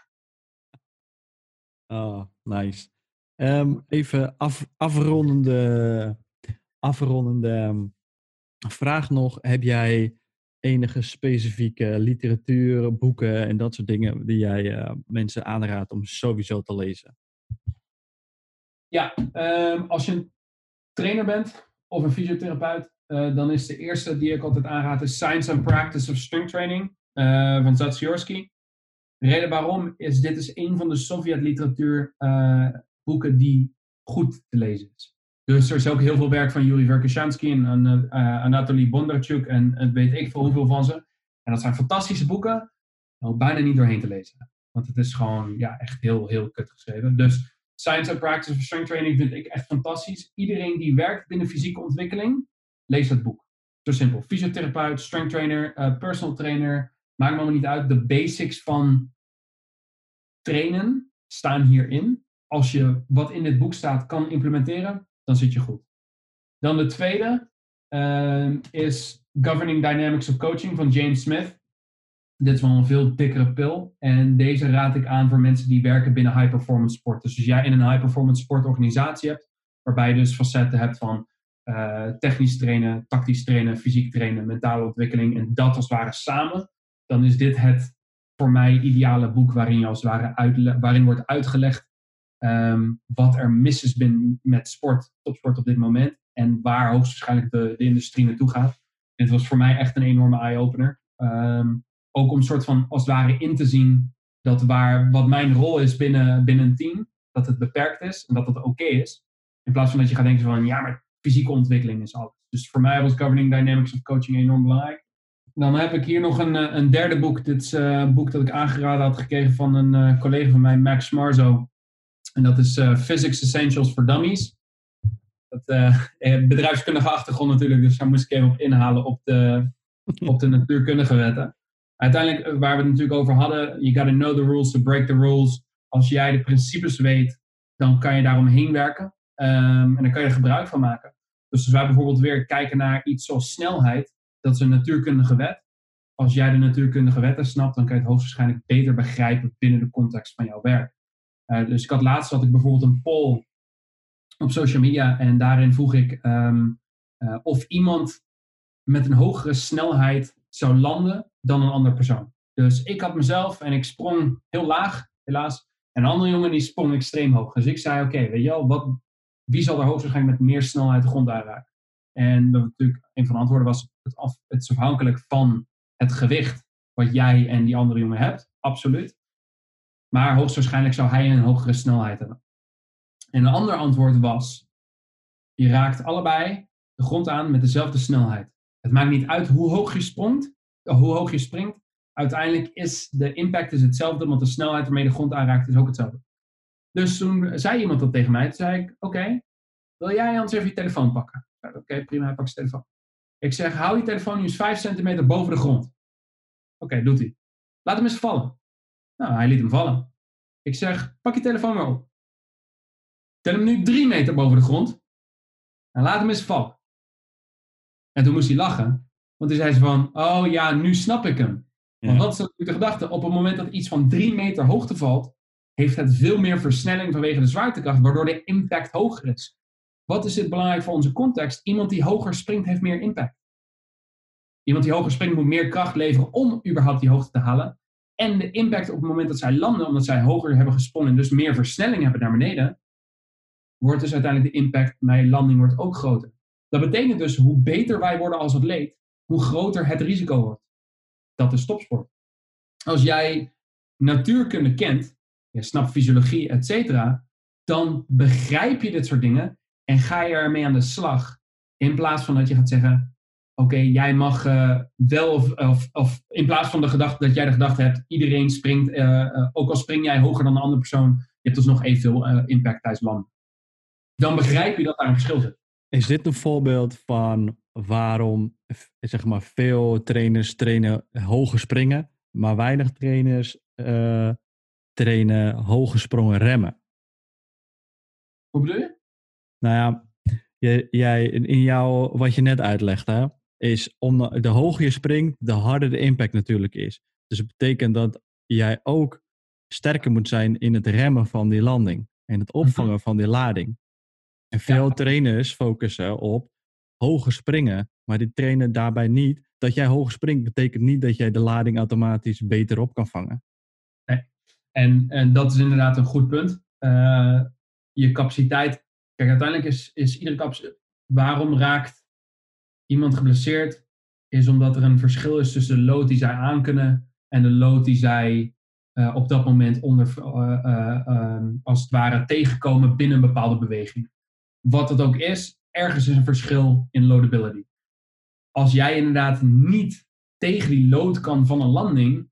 Oh, nice. Um, even af, afrondende, afrondende um, vraag nog. Heb jij enige specifieke literatuur, boeken en dat soort dingen die jij uh, mensen aanraadt om sowieso te lezen? Ja, um, als je een trainer bent of een fysiotherapeut, uh, dan is de eerste die ik altijd aanraad is Science and Practice of Strength Training uh, van Zatsiorsky. De reden waarom is, dit is een van de Sovjet-literatuur uh, boeken die goed te lezen is. Dus er is ook heel veel werk van Yuri Verkhoshansky en uh, uh, Anatoly Bondarchuk en uh, weet ik veel hoeveel van ze. En dat zijn fantastische boeken, om bijna niet doorheen te lezen. Want het is gewoon ja, echt heel, heel kut geschreven. Dus Science and Practice of Strength Training vind ik echt fantastisch. Iedereen die werkt binnen fysieke ontwikkeling, leest dat boek. Zo simpel. Fysiotherapeut, strength trainer, uh, personal trainer, maakt me allemaal niet uit. De basics van trainen staan hierin. Als je wat in dit boek staat kan implementeren, dan zit je goed. Dan de tweede uh, is Governing Dynamics of Coaching van James Smith. Dit is wel een veel dikkere pil. En deze raad ik aan voor mensen die werken binnen high performance sport. Dus als jij in een high performance sportorganisatie hebt, waarbij je dus facetten hebt van uh, technisch trainen, tactisch trainen, fysiek trainen, mentale ontwikkeling en dat als het ware samen, dan is dit het voor mij ideale boek waarin je als het ware uitle- waarin wordt uitgelegd um, wat er mis is bin- met sport, topsport op dit moment en waar hoogstwaarschijnlijk de, de industrie naartoe gaat. Dit was voor mij echt een enorme eye-opener. Um, ook om een soort van als het ware in te zien dat waar, wat mijn rol is binnen, binnen een team, dat het beperkt is en dat het oké okay is. In plaats van dat je gaat denken van ja, maar fysieke ontwikkeling is alles. Dus voor mij was Governing Dynamics of Coaching enorm belangrijk. Dan heb ik hier nog een, een derde boek. Dit is uh, een boek dat ik aangeraden had gekregen van een uh, collega van mij, Max Marzo. En dat is uh, Physics Essentials for Dummies. Dat uh, bedrijfskundige achtergrond natuurlijk, dus daar moest ik even op inhalen op de, op de natuurkundige wetten. Uiteindelijk, waar we het natuurlijk over hadden, you gotta know the rules to break the rules. Als jij de principes weet, dan kan je daaromheen werken. Um, en dan kan je er gebruik van maken. Dus als wij bijvoorbeeld weer kijken naar iets zoals snelheid, dat is een natuurkundige wet. Als jij de natuurkundige wetten snapt, dan kan je het hoogstwaarschijnlijk beter begrijpen binnen de context van jouw werk. Uh, dus ik had laatst had ik bijvoorbeeld een poll op social media en daarin vroeg ik um, uh, of iemand met een hogere snelheid zou landen dan een andere persoon. Dus ik had mezelf en ik sprong heel laag, helaas. En een andere jongen die sprong extreem hoog. Dus ik zei, oké, okay, weet je wel, wat, wie zal er hoogstwaarschijnlijk met meer snelheid de grond aanraken? En dat natuurlijk, een van de antwoorden was, het, af, het is afhankelijk van het gewicht wat jij en die andere jongen hebt. Absoluut. Maar hoogstwaarschijnlijk zou hij een hogere snelheid hebben. En een ander antwoord was, je raakt allebei de grond aan met dezelfde snelheid. Het maakt niet uit hoe hoog je springt, hoe hoog je springt. Uiteindelijk is de impact is hetzelfde, want de snelheid waarmee de grond aanraakt is ook hetzelfde. Dus toen zei iemand dat tegen mij. Toen zei ik, oké, okay, wil jij anders even je telefoon pakken? Oké, okay, prima, hij pakt zijn telefoon. Ik zeg, hou je telefoon nu eens vijf centimeter boven de grond. Oké, okay, doet hij. Laat hem eens vallen. Nou, hij liet hem vallen. Ik zeg, pak je telefoon maar op. Tel hem nu drie meter boven de grond. En laat hem eens vallen. En toen moest hij lachen. Want hij zei van, oh ja, nu snap ik hem. Want ja. Wat is natuurlijk de gedachte? Op het moment dat iets van drie meter hoogte valt, heeft het veel meer versnelling vanwege de zwaartekracht, waardoor de impact hoger is. Wat is dit belangrijk voor onze context? Iemand die hoger springt heeft meer impact. Iemand die hoger springt moet meer kracht leveren om überhaupt die hoogte te halen. En de impact op het moment dat zij landen, omdat zij hoger hebben gesprongen en dus meer versnelling hebben naar beneden, wordt dus uiteindelijk de impact bij landing wordt ook groter. Dat betekent dus, hoe beter wij worden als atleet, hoe groter het risico wordt. Dat is topsport. Als jij natuurkunde kent, je snapt fysiologie, et cetera, dan begrijp je dit soort dingen en ga je ermee aan de slag. In plaats van dat je gaat zeggen, oké, okay, jij mag uh, wel of, of, of in plaats van de gedachte dat jij de gedachte hebt, iedereen springt, uh, uh, ook al spring jij hoger dan een andere persoon, je hebt dus nog evenveel uh, impact tijdens landen. Dan begrijp je dat daar een verschil zit. Is dit een voorbeeld van waarom zeg maar, veel trainers trainen hoge springen, maar weinig trainers uh, trainen hoge sprongen remmen? Hoe bedoel je? Nou ja, jij, jij, in jou, wat je net uitlegt, hè, is om de hoger je springt, de harder de impact natuurlijk is. Dus het betekent dat jij ook sterker moet zijn in het remmen van die landing en het opvangen van die lading. En veel ja. trainers focussen op hoger springen, maar die trainen daarbij niet. Dat jij hoger springt betekent niet dat jij de lading automatisch beter op kan vangen. Nee. En, en dat is inderdaad een goed punt. Uh, je capaciteit. Kijk, uiteindelijk is, is iedere capaciteit. Waarom raakt iemand geblesseerd? Is omdat er een verschil is tussen de load die zij aankunnen en de load die zij uh, op dat moment onder, uh, uh, uh, als het ware tegenkomen binnen een bepaalde beweging. Wat het ook is, ergens is een verschil in loadability. Als jij inderdaad niet tegen die load kan van een landing,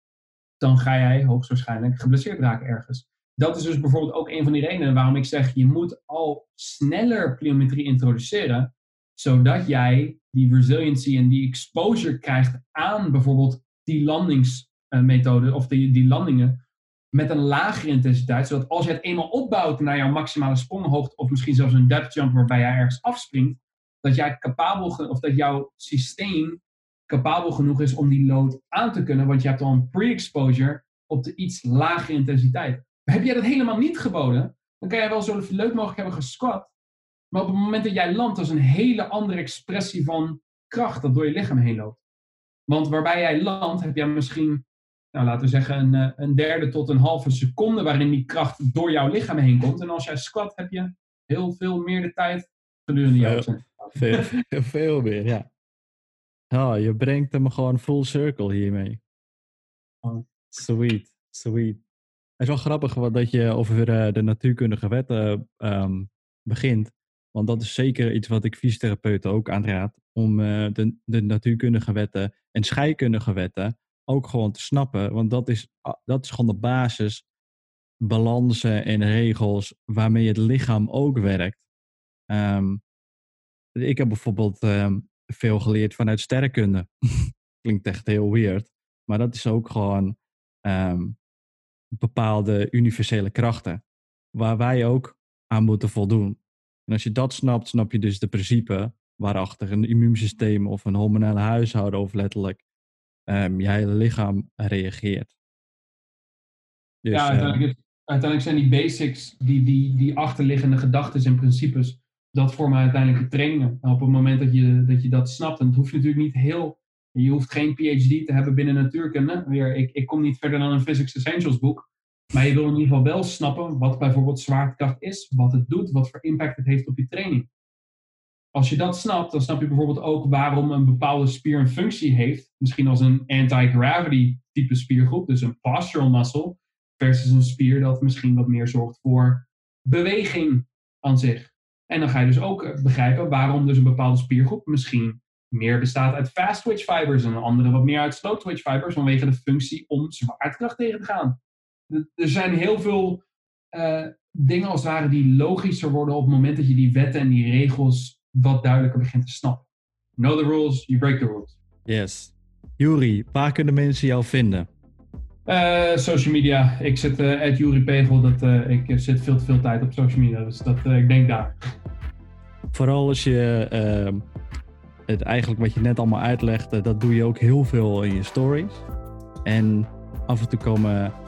dan ga jij hoogstwaarschijnlijk geblesseerd raken ergens. Dat is dus bijvoorbeeld ook een van die redenen waarom ik zeg, je moet al sneller pliometrie introduceren, zodat jij die resiliency en die exposure krijgt aan bijvoorbeeld die landingsmethode of die, die landingen met een lagere intensiteit, zodat als je het eenmaal opbouwt naar jouw maximale spronghoogte of misschien zelfs een depth jump waarbij jij ergens afspringt, dat jij capabel of dat jouw systeem capabel genoeg is om die load aan te kunnen, want je hebt al een pre-exposure op de iets lagere intensiteit. Maar heb jij dat helemaal niet geboden, dan kan jij wel zo leuk mogelijk hebben gesquat, maar op het moment dat jij landt, dat is een hele andere expressie van kracht dat door je lichaam heen loopt. Want waarbij jij landt, heb jij misschien, nou, laten we zeggen, een, een derde tot een halve seconde waarin die kracht door jouw lichaam heen komt. En als jij squat, heb je heel veel meer de tijd gedurende jouw veel, veel, veel, veel meer, ja. Oh, je brengt hem gewoon full circle hiermee. Oh. Sweet, sweet. Het is wel grappig wat dat je over uh, de natuurkundige wetten um, begint. Want dat is zeker iets wat ik fysiotherapeuten ook aanraad. Om uh, de, de natuurkundige wetten en scheikundige wetten ook gewoon te snappen. Want dat is, dat is gewoon de basis, balansen en regels waarmee het lichaam ook werkt. Um, ik heb bijvoorbeeld um, veel geleerd vanuit sterrenkunde. Klinkt echt heel weird. Maar dat is ook gewoon um, bepaalde universele krachten. Waar wij ook aan moeten voldoen. En als je dat snapt, snap je dus de principe waarachter een immuunsysteem of een hormonale huishouden of letterlijk um, je hele lichaam reageert. Dus, ja, uiteindelijk, uh, uiteindelijk zijn die basics, die, die, die achterliggende gedachten en principes, dat vormen uiteindelijk de trainingen. En op het moment dat je, dat je dat snapt, en het hoeft natuurlijk niet heel, je hoeft geen P H D te hebben binnen natuurkunde. Weer, ik, ik kom niet verder dan een Physics Essentials boek. Maar je wil in ieder geval wel snappen wat bijvoorbeeld zwaartekracht is, wat het doet, wat voor impact het heeft op je training. Als je dat snapt, dan snap je bijvoorbeeld ook waarom een bepaalde spier een functie heeft. Misschien als een anti-gravity type spiergroep, dus een postural muscle, versus een spier dat misschien wat meer zorgt voor beweging aan zich. En dan ga je dus ook begrijpen waarom dus een bepaalde spiergroep misschien meer bestaat uit fast twitch fibers en een andere wat meer uit slow twitch fibers vanwege de functie om zwaartekracht tegen te gaan. Er zijn heel veel uh, dingen als het ware die logischer worden op het moment dat je die wetten en die regels wat duidelijker begint te snappen. Know the rules, you break the rules. Yes. Juri, waar kunnen mensen jou vinden? Uh, social media. Ik zit uh, at Juri Pegel. Dat, uh, ik zit veel te veel tijd op social media, dus dat, uh, ik denk daar. Vooral als je uh, het eigenlijk wat je net allemaal uitlegde, dat doe je ook heel veel in je stories. En af en toe komen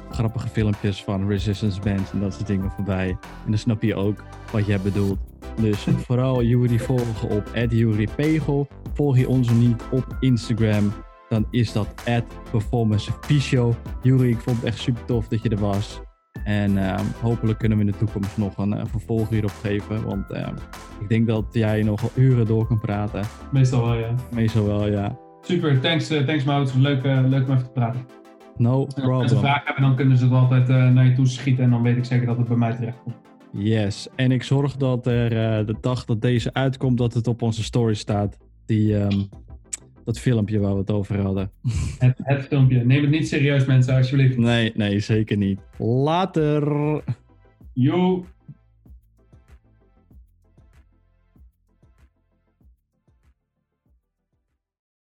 grappige filmpjes van resistance bands en dat soort dingen voorbij. En dan snap je ook wat jij bedoelt. Dus vooral Yuri volgen op at Yuri Pegel. Volg je ons niet op Instagram, dan is dat at Performance Physio. Yuri, ik vond het echt super tof dat je er was. En uh, hopelijk kunnen we in de toekomst nog een uh, vervolg hierop geven. Want uh, ik denk dat jij nog al uren door kan praten. Meestal wel, ja. Meestal wel, ja. Super, thanks, uh, thanks Maud. Leuk, uh, leuk om even te praten. No en problem. Als ze vragen hebben, dan kunnen ze het altijd uh, naar je toe schieten. En dan weet ik zeker dat het bij mij terecht komt. Yes, en ik zorg dat er uh, de dag dat deze uitkomt, dat het op onze story staat. Die, um, dat filmpje waar we het over hadden. Het, het filmpje. Neem het niet serieus, mensen, alsjeblieft. Nee, nee, zeker niet. Later. Yo.